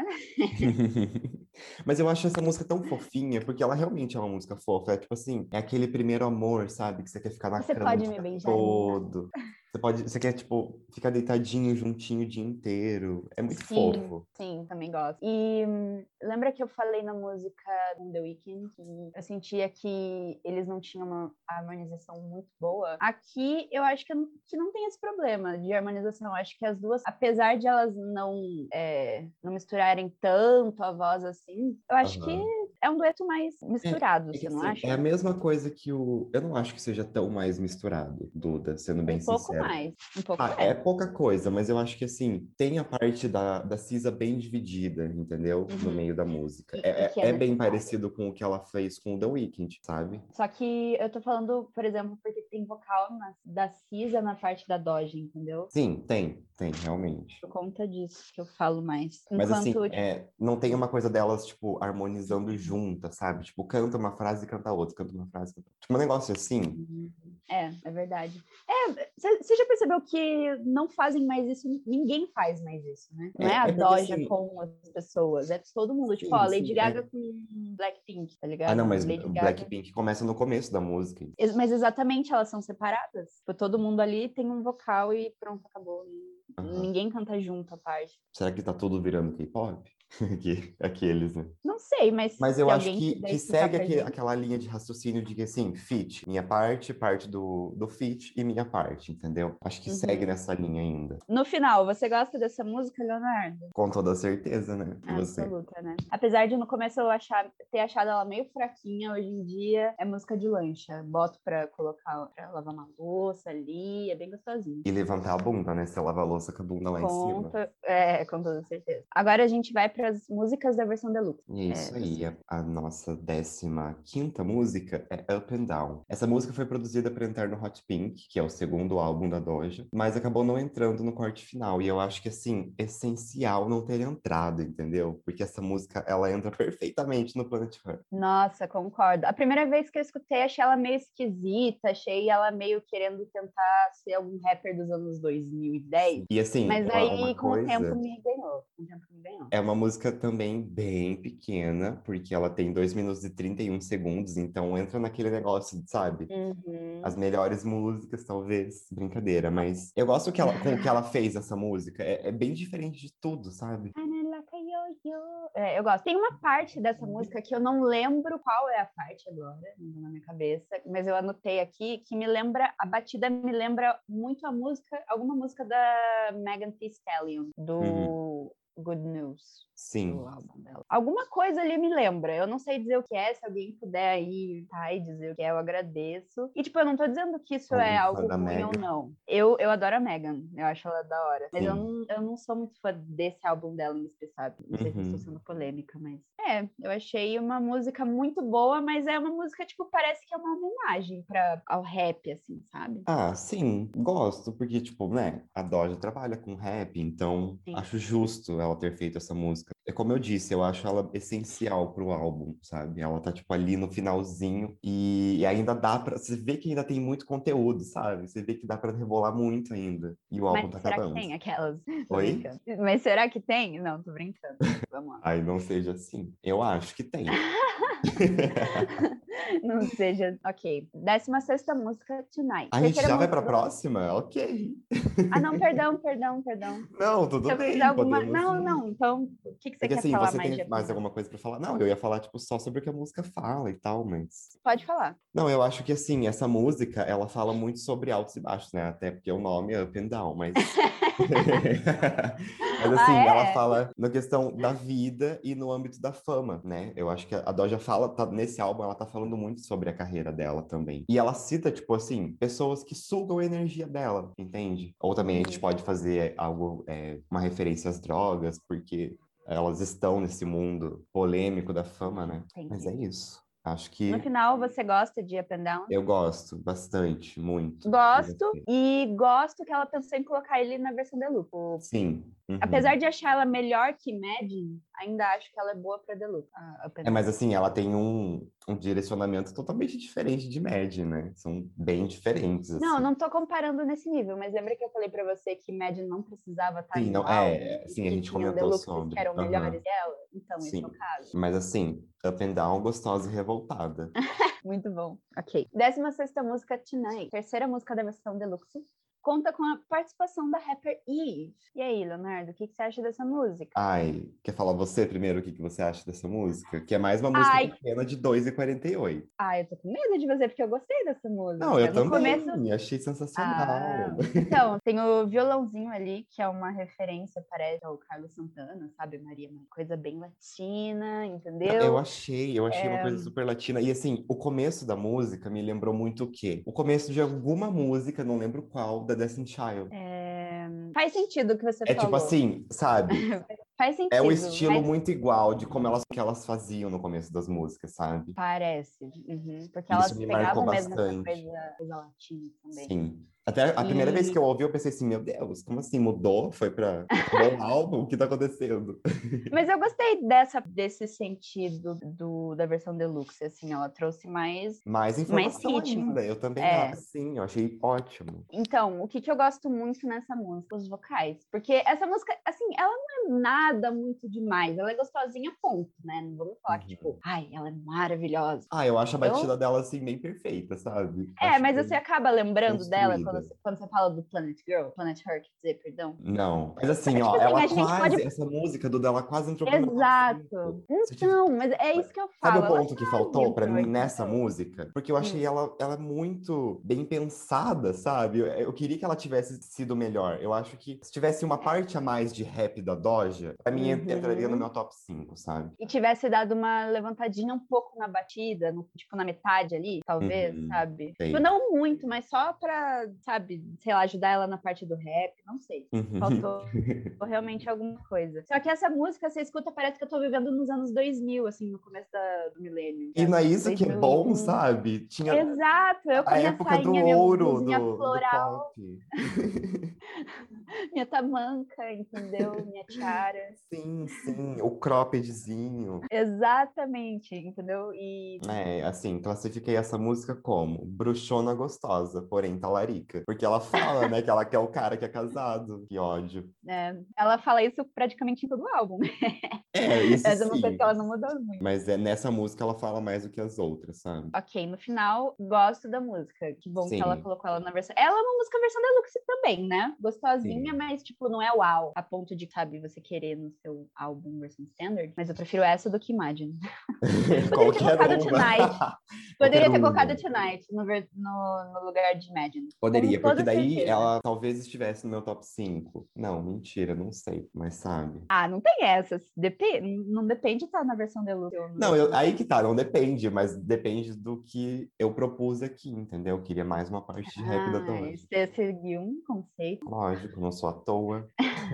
Mas eu acho essa música tão fofinha, porque ela realmente é uma música fofa. É tipo assim, é aquele primeiro amor, sabe? Que você quer ficar na Você cama o pode me dia beijar, linda? todo. Você quer, tipo, ficar deitadinho, juntinho o dia inteiro. É muito Sim, fofo. sim, também gosto. E lembra que eu falei na música do The Weeknd que eu sentia que eles não tinham uma harmonização muito boa? Aqui eu acho que não tem esse problema de harmonização. Eu acho que as duas, apesar de elas não misturarem tanto a voz assim, eu acho que Aham. é um dueto mais misturado, É que você não assim, é a acha? mesma coisa que o. Eu não acho que seja tão mais misturado, Duda, sendo bem Um pouco sincero. mais, um pouco Ah, é mais. pouca coisa, mas eu acho que assim, tem a parte da Cisa bem dividida, entendeu? No Uhum. meio da música. E que é É bem necessário. parecido com o que ela fez com o The Weeknd, sabe? Só que eu tô falando, por exemplo, porque tem vocal da Cisa na parte da Doja, entendeu? Sim, tem, realmente. Por conta disso que eu falo mais. Mas assim, Enquanto, tipo, não tem uma coisa delas, tipo, harmonizando juntas, sabe? Tipo, canta uma frase e canta outra, canta uma frase, canta... Tipo, um negócio assim. é verdade. Você já percebeu que não fazem mais isso, ninguém faz mais isso, né? Não é a É porque Doja assim, com as pessoas, é todo mundo. Tipo, ó, sim, Lady sim. Gaga com Blackpink, tá Ah, não, ligado? mas Lady Gaga. Blackpink começa no começo da música. Mas exatamente elas são separadas. Tipo, todo mundo ali tem um vocal e pronto, acabou. Aham. Ninguém canta junto a parte. Será que tá tudo virando K-pop? Aqueles, né? Não sei, mas Mas se eu acho alguém puder que explicar segue pra gente. aquela linha de raciocínio de que, assim, feat, minha parte, parte do feat e minha parte, entendeu? Acho que segue Uhum. nessa linha ainda. No final, você gosta dessa música, Leonardo? Com toda certeza, né? Você. Absoluta, né? Apesar de no começo ter achado ela meio fraquinha, hoje em dia é música de lancha. Boto pra colocar, pra lavar uma louça ali, é bem gostosinho. E levantar a bunda, né? Você lava a louça com a bunda lá em cima. Com toda certeza. Agora a gente vai para as músicas da versão deluxe. E é isso aí. Você. A nossa 15ª música é Up and Down. Essa música foi produzida para entrar no Hot Pink, que é o segundo álbum da Doja, mas acabou não entrando no corte final. E eu acho que, assim, essencial não ter entrado, entendeu? Porque essa música, ela entra perfeitamente no Planet Her. Nossa, concordo. A primeira vez que eu escutei, achei ela meio esquisita, achei ela meio querendo tentar ser algum rapper dos anos 2010. E, assim, Mas aí, uma com o tempo, coisa. me ganhou. Com o tempo, me ganhou. É uma música também bem pequena, porque ela tem 2 minutos e 31 segundos, então entra naquele negócio, sabe? As Uhum. melhores músicas, talvez. Brincadeira, mas eu gosto com o que ela fez essa música. É bem diferente de tudo, sabe? Eu gosto. Tem uma parte dessa música que eu não lembro qual é a parte agora, não tá na minha cabeça, mas eu anotei aqui que me lembra, a batida me lembra muito a música, alguma música da Megan Thee Stallion, Uhum. do Good News. Do Sim. álbum dela. Alguma coisa ali me lembra. Eu não sei dizer o que é. Se alguém puder aí tá, e dizer o que é, eu agradeço. E, tipo, eu não tô dizendo que isso é Algum fã algo da ruim ou Megan? não. Eu adoro a Megan. Eu acho ela da hora. Mas Sim. eu não sou muito fã desse álbum dela em específico. Não sei se eu estou Uhum. sendo polêmica, mas. Eu achei uma música muito boa, mas é uma música, tipo, parece que é uma homenagem ao rap, assim, sabe? Ah, sim, gosto, porque, tipo, né, a Doja trabalha com rap, então Sim. acho justo ela ter feito essa música. É como eu disse, eu acho ela essencial pro álbum, sabe? Ela tá, tipo, ali no finalzinho e ainda dá pra. Você vê que ainda tem muito conteúdo, sabe? Você vê que dá pra rebolar muito ainda. E o álbum Mas tá será que acabando. tem aquelas? Tô Oi? brincando. Mas será que tem? Não, tô brincando. Vamos lá. Ai, não seja assim. Eu acho que tem. Não seja. Ok. 16ª música, Tonight. A gente Terceira já vai pra música. próxima? Ok. Ah, não, perdão, perdão, perdão. Não, Se tudo eu fizer bem, alguma. podemos Não, ir. não. Então, o que É você que quer assim, falar você mais de tem Up and mais Down? alguma coisa pra falar? Não, eu ia falar, tipo, só sobre o que a música fala e tal, mas. Pode falar. Não, eu acho que assim, essa música, ela fala muito sobre altos e baixos, né? Até porque o nome é Up and Down, mas. Mas Ah, assim, ela é? fala na questão da vida e no âmbito da fama, né? Eu acho que a Doja fala, nesse álbum, ela tá falando muito sobre a carreira dela também. E ela cita, tipo assim, pessoas que sugam a energia dela, entende? Ou também a gente Uhum, pode fazer algo, uma referência às drogas, porque elas estão nesse mundo polêmico da fama, né? Mas é entendi. isso. Acho No que final, você gosta de Up and Down? eu gosto bastante, muito. Gosto, e gosto que ela pensou em colocar ele na versão deluxe. Sim. Uhum. Apesar de achar ela melhor que Imagine, ainda acho que ela é boa pra deluxe. Up and Mas Down. assim, ela tem um direcionamento totalmente diferente de Mad, né? São bem diferentes, Não, assim. não tô comparando nesse nível, mas lembra que eu falei pra você que Imagine não precisava estar Sim, não, no álbum e sim, a que gente tinham comentou deluxes que sobre. eram melhores Aham, que ela? Então, esse é o sim. caso. Mas assim, Up and Down, gostosa e revoltada. Muito bom. Ok. 16ª música, Tonight. Terceira música da versão deluxe. Conta com a participação da rapper Eve. E aí, Leonardo, o que você acha dessa música? Ai, quer falar você primeiro o que que você acha dessa música? Que é mais uma música Ai, pequena de 2:48. eu tô com medo de você, porque eu gostei dessa Não, eu música. No começo. também, achei Ah, sensacional. então, tem o violãozinho ali, que é uma referência, parece, ao Carlos Santana, sabe, Maria? Uma coisa bem latina, Não, eu entendeu? achei, eu achei uma coisa super latina. E assim, o começo da música me lembrou muito o quê? O começo de alguma música, não lembro qual, da Destiny Child. Faz sentido o que você É tipo falou. assim, sabe? Faz É um sentido, estilo mas muito igual de como elas que elas faziam no começo das músicas, sabe? parece. Uhum, porque E isso elas me marcou pegavam mesmo essa bastante. coisa latina também. Sim. Até a primeira vez que E eu ouvi, eu pensei assim, meu Deus, como assim? Mudou? Acabou o álbum? O que tá acontecendo? Mas eu gostei desse sentido da versão deluxe, assim, ela trouxe Mais mais informação ritmo. ainda. Eu também acho, É. sim, eu achei ótimo. Então, o que que eu gosto muito nessa música? Os vocais. Porque essa música, assim, ela não é nada muito demais. Ela é gostosinha, ponto, né? Não vamos falar que, tipo, Uhum. ai, ela é maravilhosa. Ah, eu acho a Eu batida dela assim bem perfeita, sabe? É, Acho mas você bem acaba lembrando dela construída. quando você fala do Planet Girl, Planet Her, quer dizer, perdão. Não. Mas assim, Tipo ó, assim, ela a gente pode. quase, essa música do dela quase entrou pro meu top Exato. 5. Então, mas é isso que eu Sabe falo. o Ela ponto que quase faltou pra entrou, mim nessa entendeu? música? Porque eu achei Hum. ela muito bem pensada, sabe? Eu queria que ela tivesse sido melhor. Eu acho que se tivesse uma parte a mais de rap da Doja, pra mim entraria no Uhum. meu top 5, sabe? E tivesse dado uma levantadinha um pouco na batida, tipo na metade ali, talvez, Uhum. sabe? Tipo, Sei. não muito, mas só pra, sabe, sei lá, ajudar ela na parte do rap, não sei. Uhum. Faltou realmente alguma coisa. Só que essa música, você escuta, parece que eu tô vivendo nos anos 2000, assim, no começo do milênio, E não é isso que é bom, 2001. sabe? Tinha Exato, eu com a a minha época do sainha, minha ouro blusinha do floral, pop. minha tamanca, entendeu? Minha tiara. Sim, sim, o croppedzinho. Exatamente, entendeu? E É, assim, classifiquei essa música como bruxona gostosa, porém talarica. Porque ela fala, né, que ela quer o cara que é casado. Que ódio. ela fala isso praticamente em todo o álbum, né? É, isso Essa é uma coisa que sim. ela não mudou muito. Mas é nessa música ela fala mais do que as outras, sabe? Ok, no final, gosto da música. Que bom que ela Sim, colocou ela na versão. Ela é uma música versão deluxe também, né? Gostosinha, sim. mas, tipo, não é uau, a ponto de, sabe, você querer no seu álbum versão standard. Mas eu prefiro essa do que Imagine. Poderia ter Qualquer colocado uma. Tonight. Qualquer Poderia ter uma. colocado Tonight no lugar de Imagine. Com Poderia, porque toda daí certeza. ela talvez estivesse no meu top 5. Não, mentira, não sei, mas sabe. Ah, não tem essas. Não depende de estar na versão deluxe ou na Não, versão aí que standard. tá, não depende, mas depende do que eu propus aqui, entendeu? Eu queria mais uma parte de rap da Ah, Doja. você seguiu um conceito. Lógico, não sou à toa.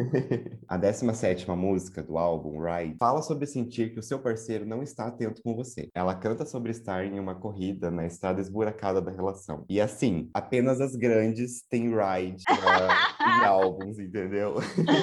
A 17ª música do álbum, Ride, fala sobre sentir que o seu parceiro não está atento com você. Ela canta sobre estar em uma corrida na estrada esburacada da relação. E assim, apenas as grandes têm Ride em álbuns, entendeu?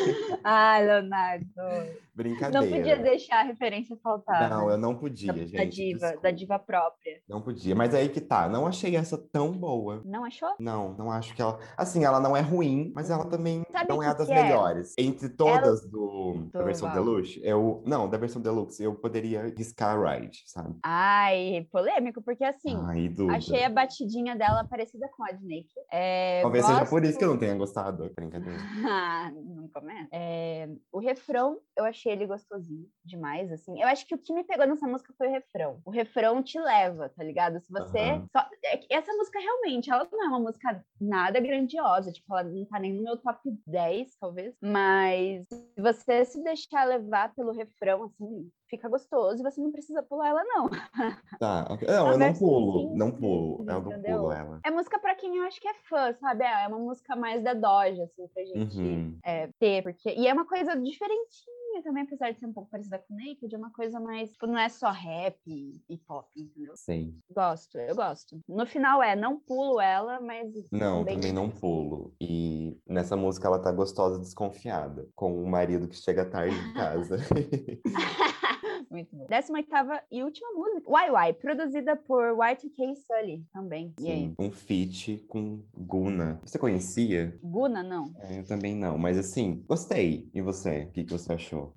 Ai, Leonardo. Não podia Brincadeira. deixar a referência faltar, Não, né? eu não podia, gente, Da desculpa. diva própria. Não podia. Mas aí que tá, não achei essa tão boa. Não achou? Não, não acho que ela. Assim, ela não é ruim, mas ela Uhum. também Sabe o não é a que das que é? melhores. Entre Ela todas da do versão álbum. Deluxe, eu. Não, da versão Deluxe, eu poderia riscar a Ride, sabe? Ai, polêmico, porque assim, Ai, achei Duda. a batidinha dela parecida com a de Naked. Talvez seja por isso que eu Gosto. não tenha gostado. Brincadeira. Ah, não começa. O refrão, eu achei ele gostosinho demais, assim. Eu acho que o que me pegou nessa música foi o refrão. O refrão te leva, tá ligado? Se você. Aham. Essa música realmente, ela não é uma música nada grandiosa, tipo, ela não tá nem no meu top 10, talvez. Mas se você se deixar levar pelo refrão, assim, fica gostoso e você não precisa pular ela, não. Tá. Ok. Não, A eu não versão pulo. Não simples, pulo. Eu não pulo entendeu? ela. É música pra quem eu acho que é fã, sabe? É uma música mais da Doja, assim, pra gente Uhum. ter, porque. E é uma coisa diferentinha, calminha também, apesar de ser um pouco parecida com Naked, é uma coisa mais, tipo, não é só rap e pop, entendeu? Sei. Eu gosto. No final não pulo ela, mas Não, bem também não pulo. E nessa música ela tá gostosa, desconfiada, com o marido que chega tarde em casa. muito bom. 18ª e última música, Why Why, produzida por Y2K Sully também. E aí? Sim, um feat com Guna. Você conhecia? Guna, não. Eu também não, mas assim, gostei. E você? O que que você achou?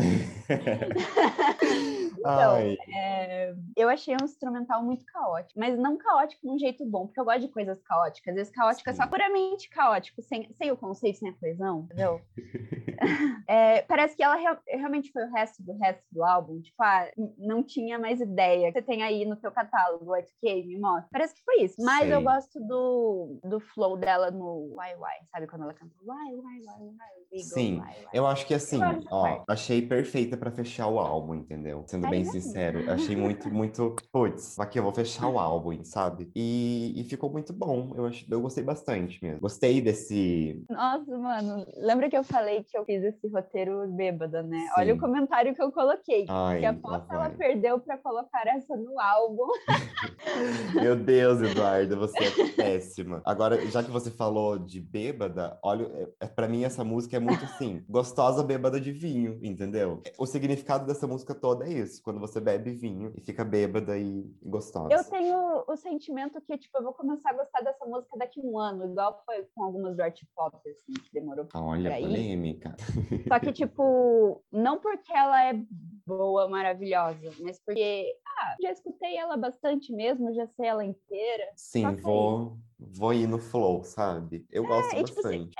Então, Ai, eu achei um instrumental muito caótico, mas não caótico de um jeito bom, porque eu gosto de coisas caóticas. Às vezes caótico é só sim. puramente caótico, sem o conceito, sem a coesão, entendeu? Parece que ela realmente foi o resto do álbum. Tipo, não tinha mais ideia. Você tem aí no teu catálogo, o 8K, me mostra. Parece que foi isso. Mas eu Sei. gosto do flow dela no Why Why. Sabe quando ela canta Why, Why, Why, Why, we go, Sim, Why, Why. eu acho que Eu gosto assim, dessa ó, parte. achei perfeita pra fechar o álbum, entendeu? Sendo bem Sério mesmo? sincero, achei muito, putz, aqui eu vou fechar o álbum, sabe? E ficou muito bom, eu gostei bastante mesmo. Gostei desse, Nossa, mano, lembra que eu falei que eu fiz esse roteiro bêbada, né? Olha o sim, comentário que eu coloquei. Que ai, lá aposta ela vai. perdeu pra colocar essa no álbum. Meu Deus, Eduardo, você é péssima. Agora, já que você falou de bêbada, olha, para mim essa música é muito assim, gostosa bêbada de vinho, entendeu? O significado dessa música toda é isso, quando você bebe vinho e fica bêbada e Eu gostosa. tenho o sentimento que, tipo, eu vou começar a gostar dessa música daqui a um ano, igual foi com algumas do art pop, assim, que demorou Olha, pra ir. polêmica. Só que, tipo, não porque ela é boa, maravilhosa, mas porque, já escutei ela bastante mesmo, já sei ela inteira. Sim, Toca aí. vou ir no flow, sabe? Eu gosto bastante.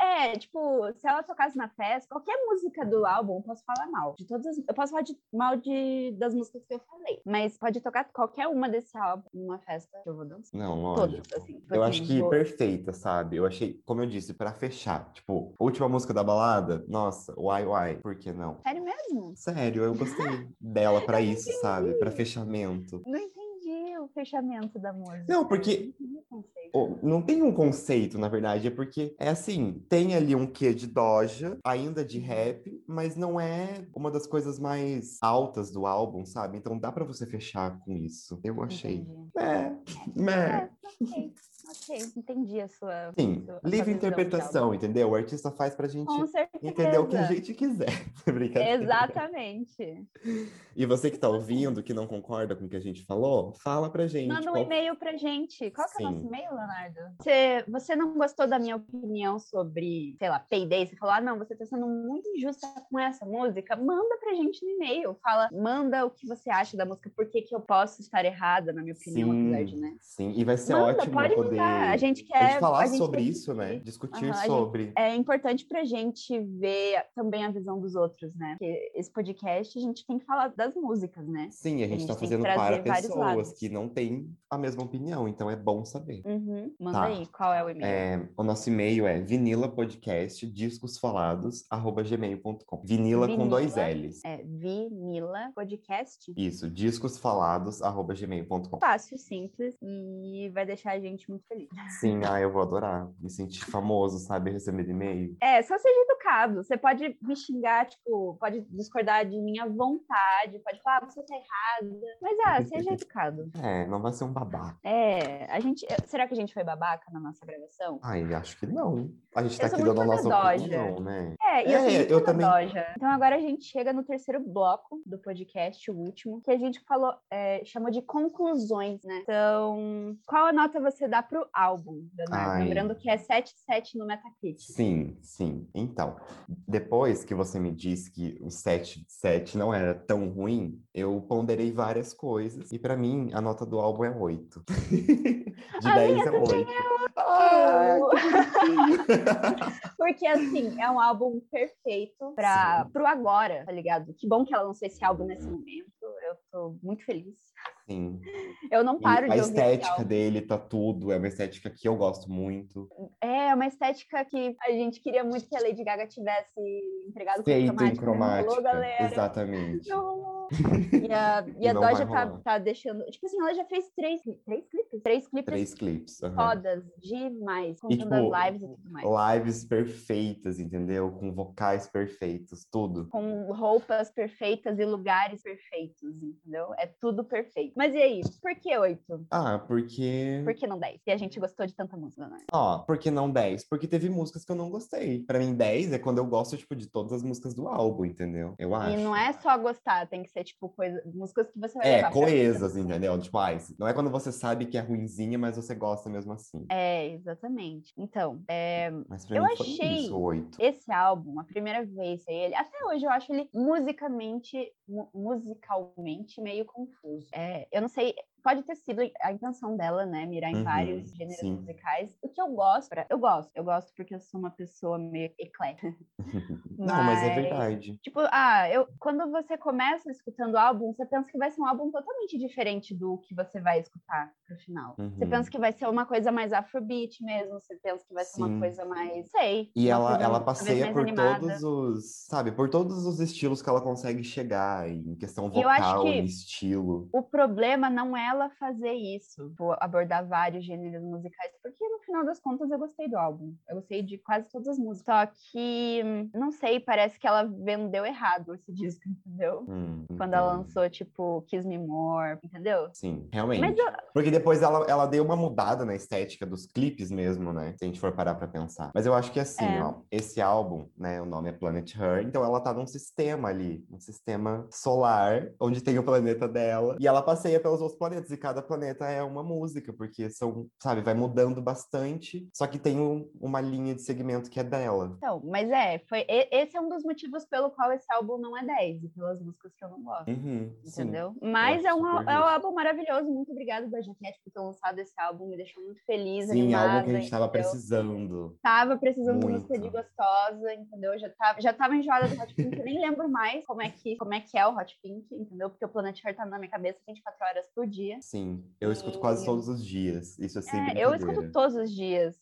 Se ela tocasse na festa, qualquer música do álbum, eu posso falar mal. Eu posso falar mal das músicas que eu falei. Mas pode tocar qualquer uma desse álbum numa festa que eu vou dançar. Não, Todas, lógico. assim. Tipo Eu acho assim, que perfeita, sabe? Eu achei, como eu disse, pra fechar. Tipo, a última música da balada, nossa, Why, por que não? sério mesmo? Sério, eu gostei dela pra Eu não isso, sabe? Pra entendi. fechamento. Não entendi o fechamento da Não, música. Não porque entendi o conceito. não tem um conceito, na verdade, é porque é assim, tem ali um quê de Doja, ainda de Uhum. rap, mas não é uma das coisas mais altas do álbum, sabe? Então dá pra você fechar com isso. Eu achei. Entendi. É, né? Ok. Ok. Entendi Sim, a sua livre visão de álbum. interpretação, entendeu? O artista faz pra Com gente entender o que a certeza. gente quiser. Brincadeira. Exatamente. E você que tá ouvindo, que não concorda com o que a gente falou, fala pra gente Manda um qual. e-mail pra gente. Qual que é o nosso Sim. e-mail, Leonardo? Você não gostou da minha opinião sobre, sei lá, Payday? Você falou, não, você tá sendo muito injusta com essa música. Manda pra gente no e-mail. Manda o que você acha da música, por que que eu posso estar errada, na minha opinião, apesar de, Sim, né? sim. E vai ser Manda, ótimo pode mandar. poder a gente falar A gente quer sobre isso, né? discutir. Discutir Aham, sobre. é importante pra gente ver também a visão dos outros, né? Porque esse podcast a gente tem que falar das músicas, né? Sim, a A gente tá gente tem que fazendo para trazer vários pessoas que lados. não têm a mesma opinião, então é bom saber. Uhum. Manda Tá. aí, qual é o e-mail? O nosso e-mail é vinilapodcast@gmail.com. Vinila com dois Vinila, L's. Vinila Podcast. Isso, discosfalados@gmail.com. Fácil, simples e vai deixar a gente muito feliz. Sim, eu vou adorar. Me sentir famoso, sabe? Receber e-mail. Só seja educado. Você pode me xingar, tipo, pode discordar de mim à vontade, pode falar, você tá errada. Mas, seja educado. Não vai ser um babaca. Será que a gente foi babaca na nossa gravação? Ai, acho que não. A gente tá Eu sou aqui muito dando a fã da nossa Doja. opinião, né? E eu sou muito fã Eu da também. Doja. Então agora a gente chega no terceiro bloco do podcast, o último, que a gente falou, chamou de conclusões, né? Então, qual a nota você dá pro álbum, Leonardo? Ai, Lembrando que é 7,7 no Metacritic. sim, sim. Então, depois que você me disse que o 7 não era tão ruim, eu ponderei várias coisas. E pra mim, a nota do álbum é 8. De A 10 minha é também 8. é Ai, que bonitinho. Porque, assim, é um álbum perfeito Sim, pro agora, tá ligado? Que bom que ela lançou esse álbum nesse momento. Eu tô muito feliz. sim. Eu não E paro a de ouvir esse estética álbum. dele tá tudo, é uma estética que eu gosto muito. É uma estética que a gente queria muito que a Lady Gaga tivesse entregado com Feito em cromática, mas não rolou, cromática, galera. Não exatamente. rolou. E a Não vai Doja rolar. tá deixando. Tipo assim, ela já fez três clipes? Três clipes 3 clipes. fodas demais, E, contando as tipo, lives e tudo mais. lives perfeitas, entendeu? Com vocais perfeitos, tudo. Com roupas perfeitas e lugares perfeitos, entendeu? É tudo perfeito. Mas e aí? Por que 8? Ah, porque. Por que não 10? Se a gente gostou de tanta música, né? Ó, por que não 10? Porque teve músicas que eu não gostei. Pra mim, 10 é quando eu gosto, tipo, de todas as músicas do álbum, entendeu? Eu E não acho. é só gostar, tem que ser, tipo, músicas que você vai É, levar pra vida coesas, também. entendeu? Tipo, não é quando você sabe que é ruinzinha, mas você gosta mesmo assim. É, exatamente. Então, Mas pra eu mim foi isso, achei 8. esse álbum, a primeira vez que ele, até hoje eu acho ele musicalmente meio confuso. Eu não sei, pode ter sido a intenção dela, né, mirar em vários Uhum, gêneros sim. musicais. O que eu gosto porque eu sou uma pessoa meio eclética. Não, mas é Mas, verdade. tipo, quando você começa escutando o álbum, você pensa que vai ser um álbum totalmente diferente do que você vai escutar pro final. Você pensa Uhum. que vai ser uma coisa mais afrobeat mesmo, você pensa que vai ser uma Sim. coisa mais, sei, E uma ela coisa talvez passeia mais por animada. todos os, sabe, por todos os estilos que ela consegue chegar, em questão E eu acho vocal, em que estilo. o problema não é ela fazer isso, tipo, abordar vários gêneros musicais, porque no final das contas eu gostei do álbum. Eu gostei de quase todas as músicas. Só que, não sei, parece que ela vendeu errado esse disco, entendeu? Quando ela Entendo. lançou, tipo, Kiss Me More, entendeu? Sim, Mas realmente. Porque depois ela deu uma mudada na estética dos clipes mesmo, né? Se a gente for parar pra pensar. Mas eu acho que assim, é, ó, esse álbum, né? O nome é Planet Her, então ela tá num sistema ali, um sistema solar, onde tem o planeta dela, e ela passeia pelos outros planetas, e cada planeta é uma música, porque são, sabe, vai mudando bastante, só que tem uma linha de segmento que é dela. então, mas esse é um dos motivos pelo qual esse álbum não é 10, e pelas músicas que eu não gosto. Uhum, sim, Entendeu? eu Mas acho super é um justo. álbum maravilhoso. Muito obrigada, da Jaquete, por ter lançado esse álbum. Me deixou muito feliz, Sim, álbum que a animada, gente tava entendeu? precisando Tava precisando de música de muito. gostosa, entendeu? Já tava enjoada do Hot Pink. Eu nem lembro mais como é que é o Hot Pink, entendeu? Porque o Planet Her tá na minha cabeça 24 horas por dia. Sim, eu escuto quase E todos os dias, isso é sem eu escuto brincadeira. todos os dias.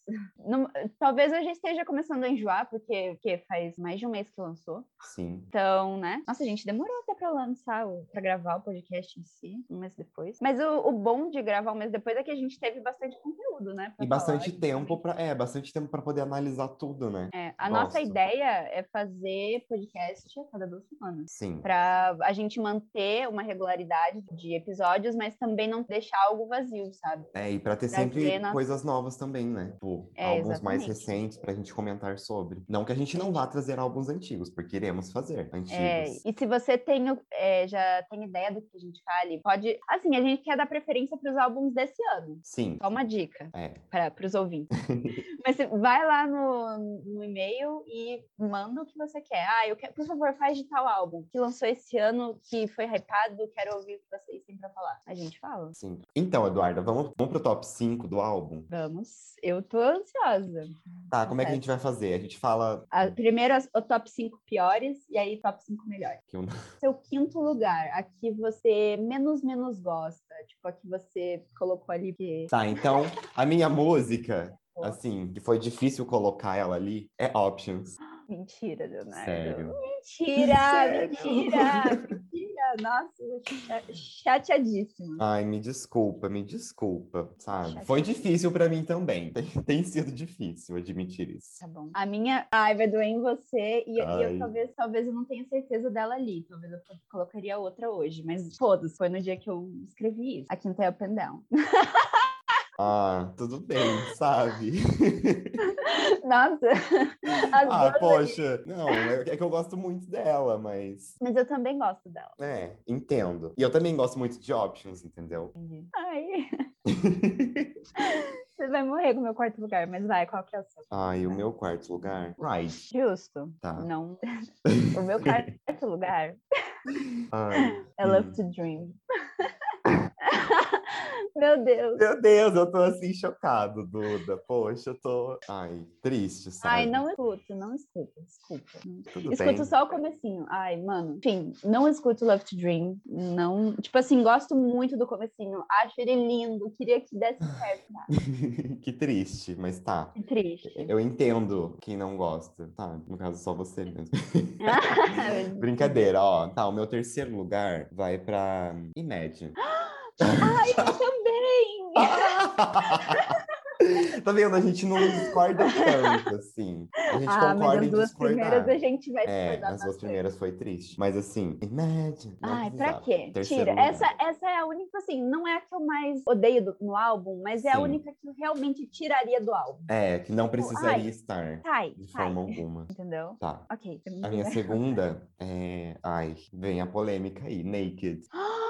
Talvez eu já esteja começando a enjoar, porque faz mais de um mês que lançou. Sim. Então, né? Nossa, gente, demorou até pra lançar, pra gravar o podcast em si, um mês depois. Mas o bom de gravar um mês depois é que a gente teve bastante conteúdo, né, E pra falar. bastante tempo para poder analisar tudo, né? A nossa Gosto. ideia é fazer podcast a cada 2 semanas. Sim. Pra a gente manter uma regularidade de episódios, mas também não deixar algo vazio, sabe? E para ter Trazer sempre nossa. coisas novas também, né? Tipo, álbuns mais Exatamente. recentes pra gente comentar sobre. Não que a gente A não vá gente trazer álbuns antigos, porque iremos fazer antigos. E se você já tem ideia do que a gente fale, pode. Assim, a gente quer dar preferência para os álbuns desse ano. Sim. Só uma dica É. para os ouvintes. Mas vai lá no e-mail e manda o que você quer. Eu quero, por favor, faz de tal álbum que lançou esse ano, que foi hypado, quero ouvir o que vocês têm para falar. A gente fala. Sim. Então, Eduarda, vamos pro top 5 do álbum? Vamos. Eu tô ansiosa. Tá, como é que a gente vai fazer? A gente fala. Primeiro o top 5 piores e aí top 5 melhores. Que eu... Seu quinto lugar, a que você menos gosta, tipo, a que você colocou ali que... Tá, então, a minha música, assim, que foi difícil colocar ela ali, é Options. Mentira, Leonardo. Sério. Mentira, Sério? mentira, mentira. Nossa, eu tô chateadíssima. Ai, me desculpa, sabe? Foi Chateadíssima. difícil pra mim também. Tem sido difícil admitir isso. Tá bom. A minha vai doer em você e eu Ai. talvez eu não tenha certeza dela ali. Talvez eu colocaria outra hoje, mas foda-se, foi no dia que eu escrevi isso. A quinta é Up and Down. Ah, tudo bem, sabe? Nossa, as duas ali. Poxa, não, é que eu gosto muito dela, mas. Mas eu também gosto dela. Entendo. E eu também gosto muito de Options, entendeu? Entendi. Ai, você vai morrer com o meu quarto lugar, mas vai, qual que é o seu? Ai, o meu quarto lugar? Ride. Justo. Tá. Não. O meu quarto lugar Ai. é Love to Dream. Meu Deus. Meu Deus, eu tô assim chocado, Duda. Poxa, eu tô, ai, triste, Ai, sabe? não escuto, não escuto. Desculpa. Tudo Escuto bem. só o comecinho. Ai, mano. Enfim, não escuto Love to Dream. Não. Tipo assim, gosto muito do comecinho. Acho ele lindo. Queria que desse certo, tá? Que triste, mas tá. Que triste. Eu entendo quem não gosta, tá? No caso, só você mesmo. Brincadeira, ó. Tá, o meu terceiro lugar vai pra Imagine. Ai, eu também! Tá vendo? A gente não discorda tanto, assim. A gente Ah, mas concorda as em duas primeiras discordar. a gente vai É, discordar as duas bastante. primeiras foi triste. Mas assim, Imagine, não Ai, pra precisava. quê? Terceiro Tira. lugar. Essa é a única, assim, não é a que eu mais odeio no álbum, mas é a Sim. única que eu realmente tiraria do álbum. É, que não Tipo, precisaria ai, estar sai, de sai. forma alguma. Entendeu? Tá. Ok, A minha segunda é. Ai, vem a polêmica aí, Naked.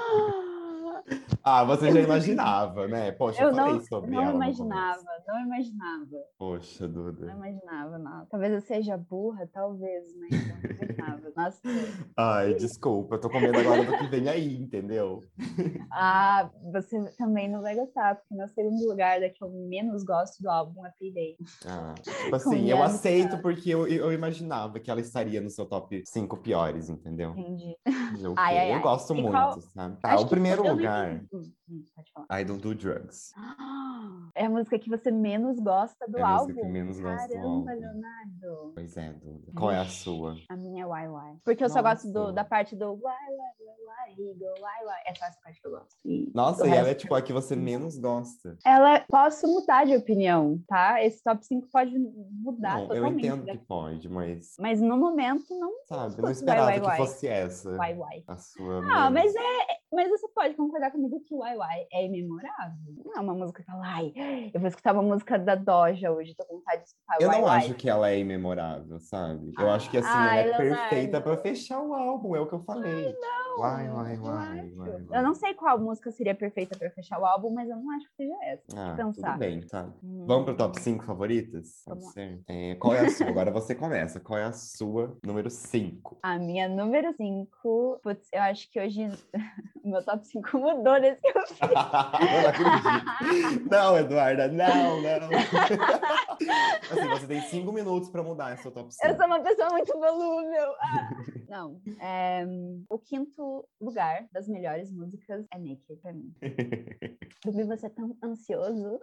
Ah, você Eu já não acredito. imaginava, né? Poxa, eu Eu falei sobre não ela no imaginava, começo. não imaginava. Poxa, Não Duda. imaginava, não. Talvez eu seja burra, talvez, mas eu não imaginava. Nossa. Ai, desculpa, eu tô com medo agora do que vem aí, entendeu? Ah, você também não vai gostar, porque meu segundo lugar, da que eu menos gosto do álbum, é Payday, Ah, tipo com assim, eu Young aceito Thug. porque eu imaginava que ela estaria no seu top 5 piores, entendeu? Entendi. Fazer o quê? Ai, ai, Eu ai. gosto E muito, qual? sabe? Tá, Acho o que primeiro eu não lugar, entendi. Pode falar. I Don't Do Drugs. É a música que você menos gosta É do a música que eu álbum. menos gosto do Caramba, álbum. Leonardo. Pois é, Duda. Qual é a Vixe, sua? a minha é Why Why. Porque eu só gosto Nossa. da parte do Why, he go, Why. Essa é a parte que eu gosto. E o Nossa, e ela é resto. tipo a que você menos gosta. Ela, posso mudar de opinião, tá? Esse top 5 pode mudar Não, eu totalmente entendo que daqui. pode, mas, Mas no momento não sabe, eu não escuto Why, esperava Why, que Why. fosse essa Why. a sua Ah, menos. mas você pode concordar comigo que Why Why é imemorável. Não é uma música que fala, ai, eu vou escutar uma música da Doja hoje, tô com vontade de escutar Eu Why não Why. acho que ela é imemorável, sabe? Eu acho que assim, ela é Ai, perfeita Leonardo, pra fechar o álbum, é o que eu falei. Vai, não, vai, não vai, vai, acho. Eu vai. não sei qual música seria perfeita pra fechar o álbum, mas eu não acho que seja essa. Deixa eu Ah, tudo pensar. bem, tá. Vamos pro top 5 favoritas? Pode Vamos lá. ser. É, qual é a sua? Agora você começa. Qual é a sua número 5? A minha número 5, putz, eu acho que hoje o meu top 5 mudou desde que eu fiz. Eu não acredito. Não, Eduarda, não, não. Assim, você tem 5 minutos pra mudar esse seu top Eu 5. sou uma pessoa muito volúvel. Não, o quinto lugar das melhores músicas é Naked pra mim. Dubi, você é tão ansioso.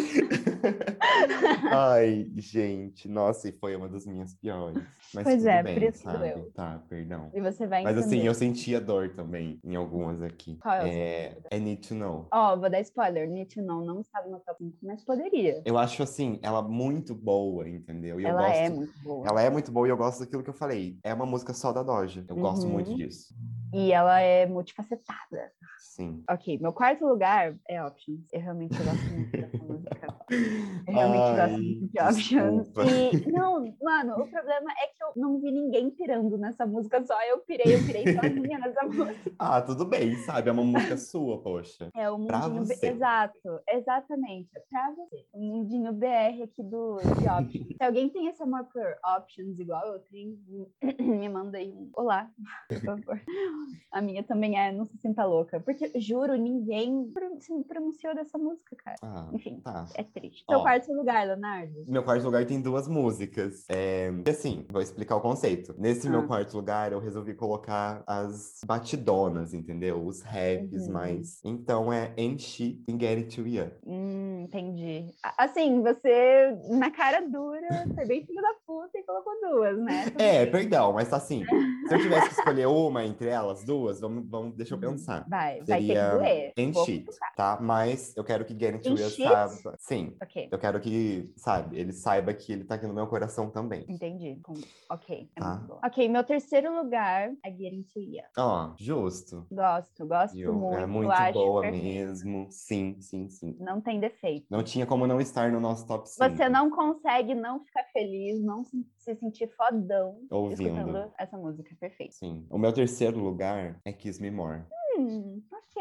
Ai, gente, nossa, e foi uma das minhas piores. Mas Pois tudo é, por bem, isso que sabe? doeu. Tá, perdão. E você vai Mas assim, entender. eu sentia dor também em algumas aqui. Qual é o seu favorito? É Need to Know. Ó, vou dar spoiler. Need to Know não estava no top 5, mas poderia. Eu acho assim, ela muito boa, entendeu? E eu Ela é gosto. muito boa. Ela é muito boa e eu gosto daquilo que eu falei. É uma música só da Doja. Eu gosto muito Uhum. disso. E ela é multifacetada. Sim. Ok, meu quarto lugar é Options. Eu realmente gosto muito dessa música. Eu realmente gosto Ai, muito de Options. desculpa. E, não, mano, o problema é que eu não vi ninguém pirando nessa música, só eu pirei sozinha nessa música. Ah, tudo bem, sabe? É uma música sua, poxa. É o Pra mundinho... você. Exato, exatamente. É pra você. O mundinho BR aqui de Options. Se alguém tem esse amor por Options igual eu tenho, me manda aí um olá, por favor. A minha também é Não Se Sinta Louca. Porque, juro, ninguém se pronunciou dessa música, cara. Ah, Enfim, tá. é triste. Seu Ó, quarto lugar, Leonardo? meu quarto lugar tem duas músicas. E assim, vou explicar o conceito. Nesse meu Ah, quarto lugar, eu resolvi colocar as batidonas, entendeu? Os raps uhum. mais. Então é Enchi e Get It To Ya. Entendi. Assim, você, na cara dura, foi bem filho da puta e colocou duas, né? Tudo É, bem. perdão, mas tá assim. Se eu tivesse que escolher uma entre elas duas, deixa eu pensar. Vai ter que Seria doer. Vou Enchi, cutucar. tá? Mas eu quero que Get It To Em Ya shit? saiba. Sim. Ok, Eu quero que, sabe, ele saiba que ele tá aqui no meu coração também, entendi. Ok, é muito tá? boa. Ok, meu terceiro lugar é Get Into Ya. Ó, justo. Gosto Viu? É muito, muito acho boa perfeito. mesmo. Sim, sim, sim. Não tem Não defeito. tinha como não estar no nosso top Você 5, não consegue não ficar feliz, não se sentir fodão escutando ouvindo. essa música. Perfeito. Sim. O meu terceiro lugar é Kiss Me More. Ok.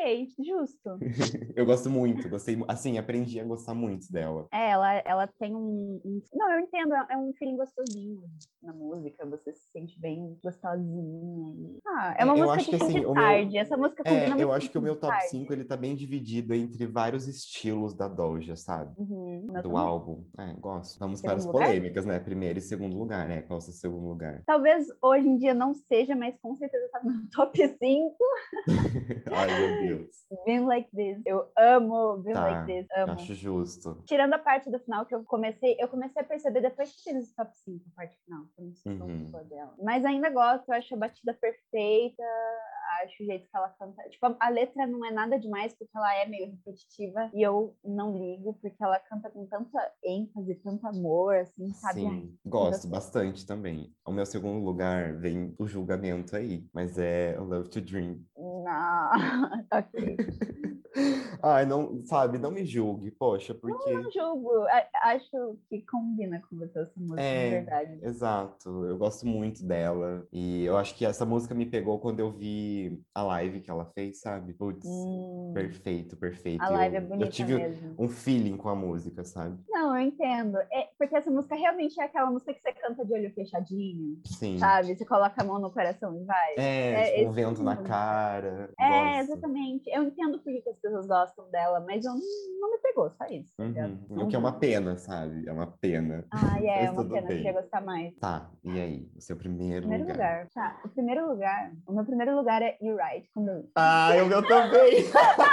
Ok, justo. Eu gosto muito, gostei, assim, aprendi a gostar muito dela. Ela tem Não, eu entendo, é um feeling gostosinho na música, você se sente bem gostosinha. É uma Eu música acho de que fim assim, de tarde, essa música combina eu muito com acho que o fim meu de top 5 tarde. ele tá bem dividido entre vários estilos da Doja, sabe? Uhum, eu Do também. álbum. Gosto. Vamos para as Segundo lugar? polêmicas, né? Primeiro e segundo lugar, né? Qual é o seu segundo lugar? Talvez hoje em dia não seja, mas com certeza tá no top 5. Ai, meu Deus. Been Like This. Eu amo Been Like Tá, This, amo. acho justo. Tirando a parte do final que eu comecei a perceber depois que fiz esse top 5, a parte final, que eu não sou tão fã dela. Mas ainda gosto, eu acho a batida perfeita, acho o jeito que ela canta. Tipo, a letra não é nada demais, porque ela é meio repetitiva, e eu não ligo, porque ela canta com tanta ênfase, tanto amor, assim, sabe? Ai, Sim, gosto bastante também. O meu segundo lugar vem o julgamento aí, mas é Love to Dream. não, ok. Ai, não, sabe, não me julgue, poxa, Não porque julgo, acho que combina com você essa música, de é, verdade. exato, eu gosto muito dela e eu acho que essa música me pegou quando eu vi a live que ela fez, sabe? Putz, perfeito, A perfeito. E live é eu bonita tive mesmo. um feeling com a música, sabe? Não, eu entendo. Porque essa música realmente é aquela música que você canta de olho fechadinho, Sim. sabe? Você coloca a mão no coração e vai. Tipo, É um esse tipo vento de na música. cara, É, gosto. exatamente. Eu entendo por que as pessoas gostam dela, mas eu não me pegou, só isso, tá ligado? O Não que é uma julgo. pena, sabe? É uma pena. É Mas uma tudo pena, eu queria bem. gostar mais. Tá, e aí? O seu primeiro Primeiro lugar? lugar. Tá, o meu primeiro lugar é You Right, com The Weeknd. Ah, o meu também!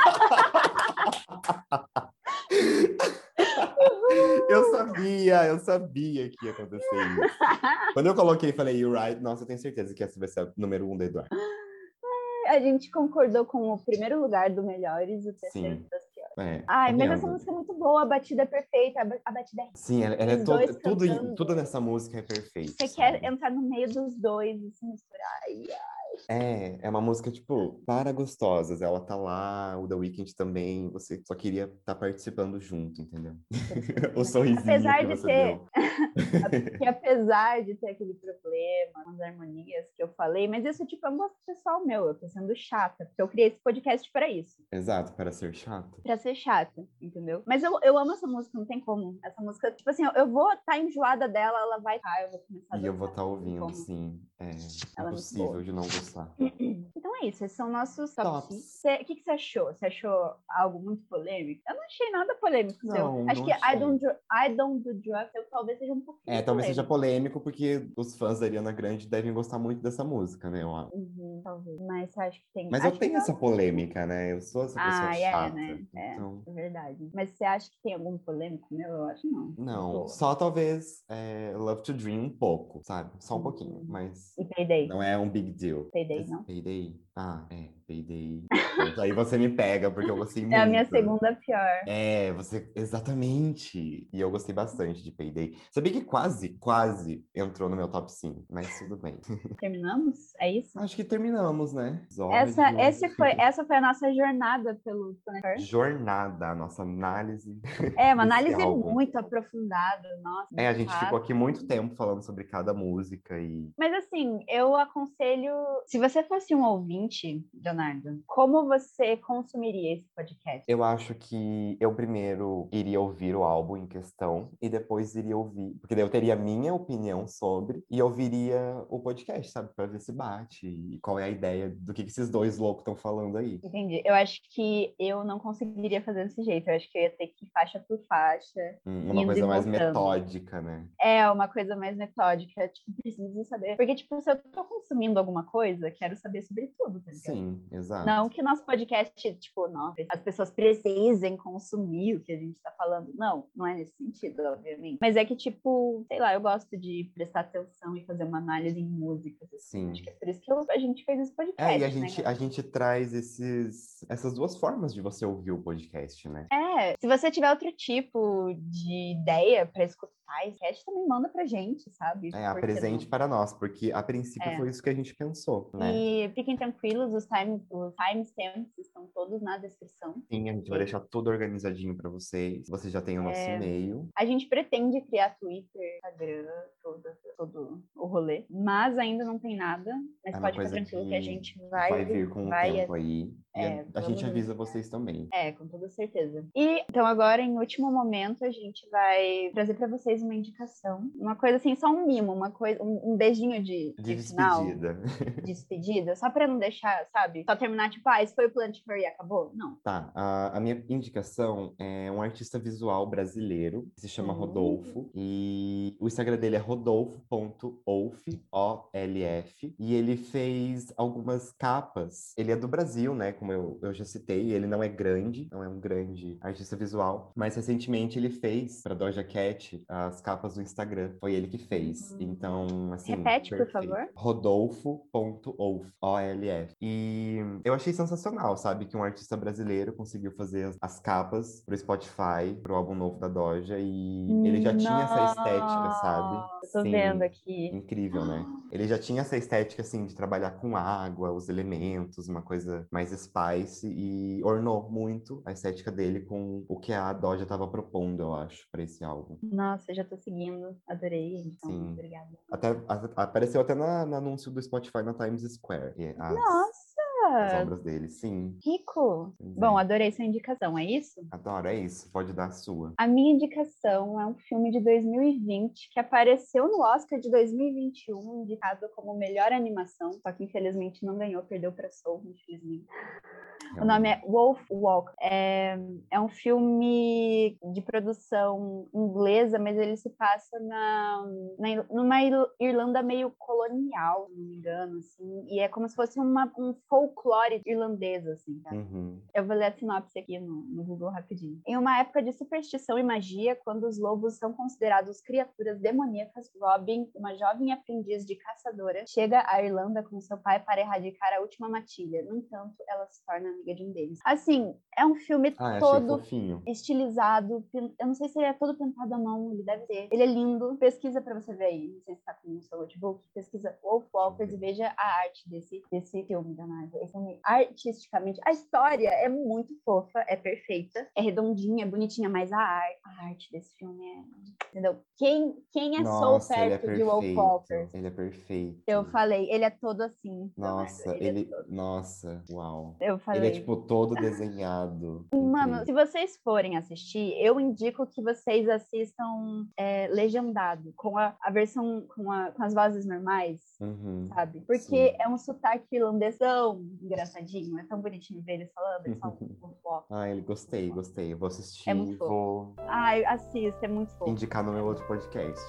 Eu sabia que ia acontecer isso. Quando eu coloquei e falei You Right, nossa, eu tenho certeza que essa vai ser o número 1 da Eduardo. A gente concordou com o primeiro lugar do Melhores e o terceiro Sim, das piores. tá Ai, mas essa vendo? música é muito boa, a batida é perfeita, a batida é Sim, ela e é os dois toda, tudo cantando. nessa música é perfeito, Você quer sabe? entrar no meio dos dois e se misturar. É uma música, tipo, para gostosas. Ela tá lá, o The Weeknd também, você só queria estar participando junto, entendeu? Por isso que eu O também. sorrisinho Apesar que de você ter, deu. que apesar de ter aquele problema com as harmonias que eu falei, mas isso tipo, é um gosto pessoal meu, eu tô sendo chata, porque eu criei esse podcast para isso. Exato, para ser chata. Pra ser chata, entendeu? Mas eu amo essa música, não tem como. Essa música, tipo assim, eu vou estar enjoada dela, ela vai estar, eu vou começar a E eu vou dançar, estar não tem ouvindo, como. sim. É Ela é muito boa. impossível de não gostar. Então é isso, esses são nossos top 5. Tops. O que você achou? Você achou algo muito polêmico? Eu não achei nada polêmico seu. Não, Acho não que achei. I Don't Do Drugs eu, talvez seja um pouquinho Talvez seja polêmico. polêmico, porque os fãs da Ariana Grande devem gostar muito dessa música, né? Eu acho. Talvez. Mas você acha que tem. Mas eu Acho que tenho não. essa polêmica, né? Eu sou essa pessoa chata. Né? Então, É verdade. Mas você acha que tem algum polêmico meu? Eu acho que não. De não. boa. Só talvez Love to Dream um pouco, sabe? Só um pouquinho. Uhum. Mas E Payday? não é um big deal. Payday, Mas não? Payday? Payday. Pronto, aí você me pega, porque eu gostei É a minha muito. segunda pior. Você, exatamente. E eu gostei bastante de Payday. Sabia que quase entrou no meu top 5, mas tudo bem. Terminamos? É isso? Acho que terminamos, né? Episódio. Essa foi a nossa jornada pelo Planet. Jornada, a nossa análise É, uma desse análise álbum. muito aprofundada, nossa, A de gente ficou fato. aqui muito tempo falando sobre cada música e Mas assim, eu aconselho, se você fosse um ouvinte, Leonardo, como você consumiria esse podcast? eu acho que eu primeiro iria ouvir o álbum em questão e depois iria ouvir, porque daí eu teria a minha opinião sobre e ouviria o podcast, sabe, para ver se bate e qual é a ideia do que esses dois loucos estão falando aí. Entendi. Eu acho que eu não conseguiria fazer desse jeito. Eu acho que eu ia ter que ir faixa por faixa, Uma indo e coisa mais voltando. metódica, né? É uma coisa mais metódica, tipo, preciso saber. Porque, tipo, se eu tô consumindo alguma coisa, quero saber sobre tudo, tá ligado? Sim, Não exato. que nosso podcast, tipo, não, as pessoas precisem consumir o que a gente tá falando. Não é nesse sentido, obviamente. Mas é que, tipo, sei lá, eu gosto de prestar atenção e fazer uma análise em músicas, assim. Acho que Sim. é por isso que a gente fez esse E podcast, né, a galera? gente traz essas duas formas de você ouvir o podcast, né? Se você tiver outro tipo de ideia pra escutar esse podcast, também manda pra gente, sabe? Por que Apresente não? para nós, porque a princípio É. foi isso que a gente pensou, né? E fiquem tranquilos, os timestamps estão todos na descrição. Sim, a gente vai Ok? deixar tudo organizadinho para vocês. Você já tem o nosso e-mail. A gente pretende criar Twitter, Instagram, todo o rolê, mas ainda não tem nada. Mas É uma pode ficar coisa tranquilo que a que gente vai vir com o tempo aí. E a gente avisa vocês também. Com toda certeza. E então agora, em último momento, a gente vai trazer pra vocês uma indicação. Uma coisa assim, só um mimo, uma coisa, um beijinho de final. Despedida. Despedida, só pra não deixar, sabe? Só terminar, tipo, esse foi o Planet Furry e acabou? Não. Tá, a minha indicação é um artista visual brasileiro que se chama Rodolfo. E o Instagram dele é rodolfo.olf, O-L-F. E ele fez algumas capas. Ele é do Brasil, né? Como eu já citei. Ele não é grande, não é um grande artista visual. Mas recentemente ele fez pra Doja Cat as capas do Instagram. Foi ele que fez. Então, assim. Repete, perfeito. por favor. Rodolfo.olf, O-L-F. E eu achei sensacional, sabe? Que um artista brasileiro conseguiu fazer as capas pro Spotify, pro álbum novo da Doja. E ele já tinha essa estética, sabe? Eu tô vendo aqui. Incrível, né? Ele já tinha essa estética, assim, de trabalhar com água, os elementos, uma coisa mais spice. E ornou muito a estética dele com o que a Doja tava propondo, eu acho, pra esse álbum. Nossa, já tô seguindo. Adorei. Então, Sim. obrigada. Apareceu até no anúncio do Spotify na Times Square. Nossa! As obras dele, sim. Rico! Pois é. Bom, adorei sua indicação, é isso? Adoro, é isso. Pode dar a sua. A minha indicação é um filme de 2020 que apareceu no Oscar de 2021, indicado como melhor animação, só que infelizmente não ganhou, perdeu para Soul, infelizmente. O nome é Wolf Walk. É um filme de produção inglesa, mas ele se passa numa Irlanda meio colonial, se não me engano, assim, e é como se fosse um folclore irlandês, assim, tá? Eu vou ler a sinopse aqui no Google rapidinho. Em uma época de superstição e magia, quando os lobos são considerados criaturas demoníacas, Robin, uma jovem aprendiz de caçadora, chega à Irlanda com seu pai para erradicar a última matilha. No entanto, ela se torna amiga de um deles. Assim, é um filme todo estilizado. Eu não sei se ele é todo pintado à mão, ele deve ser. Ele é lindo. Pesquisa pra você ver aí. Não sei se tá com o seu notebook. Pesquisa Wolf Walkers e veja a arte desse filme da Marvel. Esse filme, artisticamente, a história é muito fofa, é perfeita, é redondinha, é bonitinha, mas a arte desse filme entendeu? Quem é Soul perto de Wolf Walkers? Ele é perfeito. Eu falei, ele é todo assim. Nossa, Nossa, uau. Eu falei. Ele é, tipo, todo desenhado. Mano, se vocês forem assistir, eu indico que vocês assistam legendado, com a versão, com as vozes normais, sabe? Porque é um sotaque irlandês tão engraçadinho, é tão bonitinho ver eles falando, eles falam muito fofo. Ai, gostei. Eu vou assistir. É muito fofo. Ai, assista, é muito fofo. Indicar no meu outro podcast.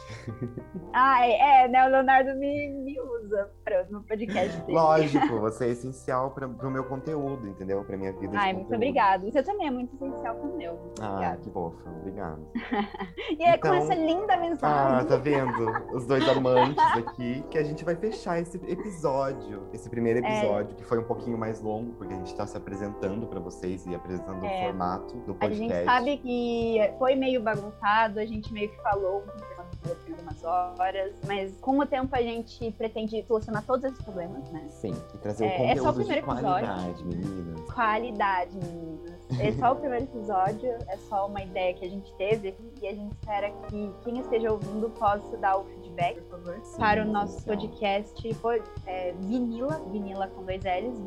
Né? O Leonardo me usa no podcast dele. Lógico, você é essencial pro meu conteúdo, entendeu? Pra minha vida. Ai, muito obrigado. Você também é muito essencial pro meu. Que fofa. Obrigado. E é com essa linda mensagem. Tá vendo? Os dois amantes aqui, que a gente vai fechar esse episódio. Esse primeiro episódio, que foi um pouquinho mais longo, porque a gente tá se apresentando pra vocês e apresentando o formato do podcast. A gente sabe que foi meio bagunçado, a gente meio que falou por algumas horas, mas com o tempo a gente pretende solucionar todos esses problemas, né? Sim, e trazer o conteúdo só o primeiro de qualidade, meninas. Qualidade, meninas. É só o primeiro episódio, é só uma ideia que a gente teve e a gente espera que quem esteja ouvindo possa dar o feedback, por favor, para o nosso podcast vinila com 2 L's,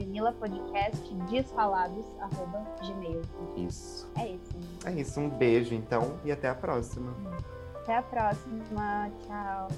vinilapodcastdesfalados@gmail. Isso. É isso. É isso, um beijo então e até a próxima. Até a próxima, tchau.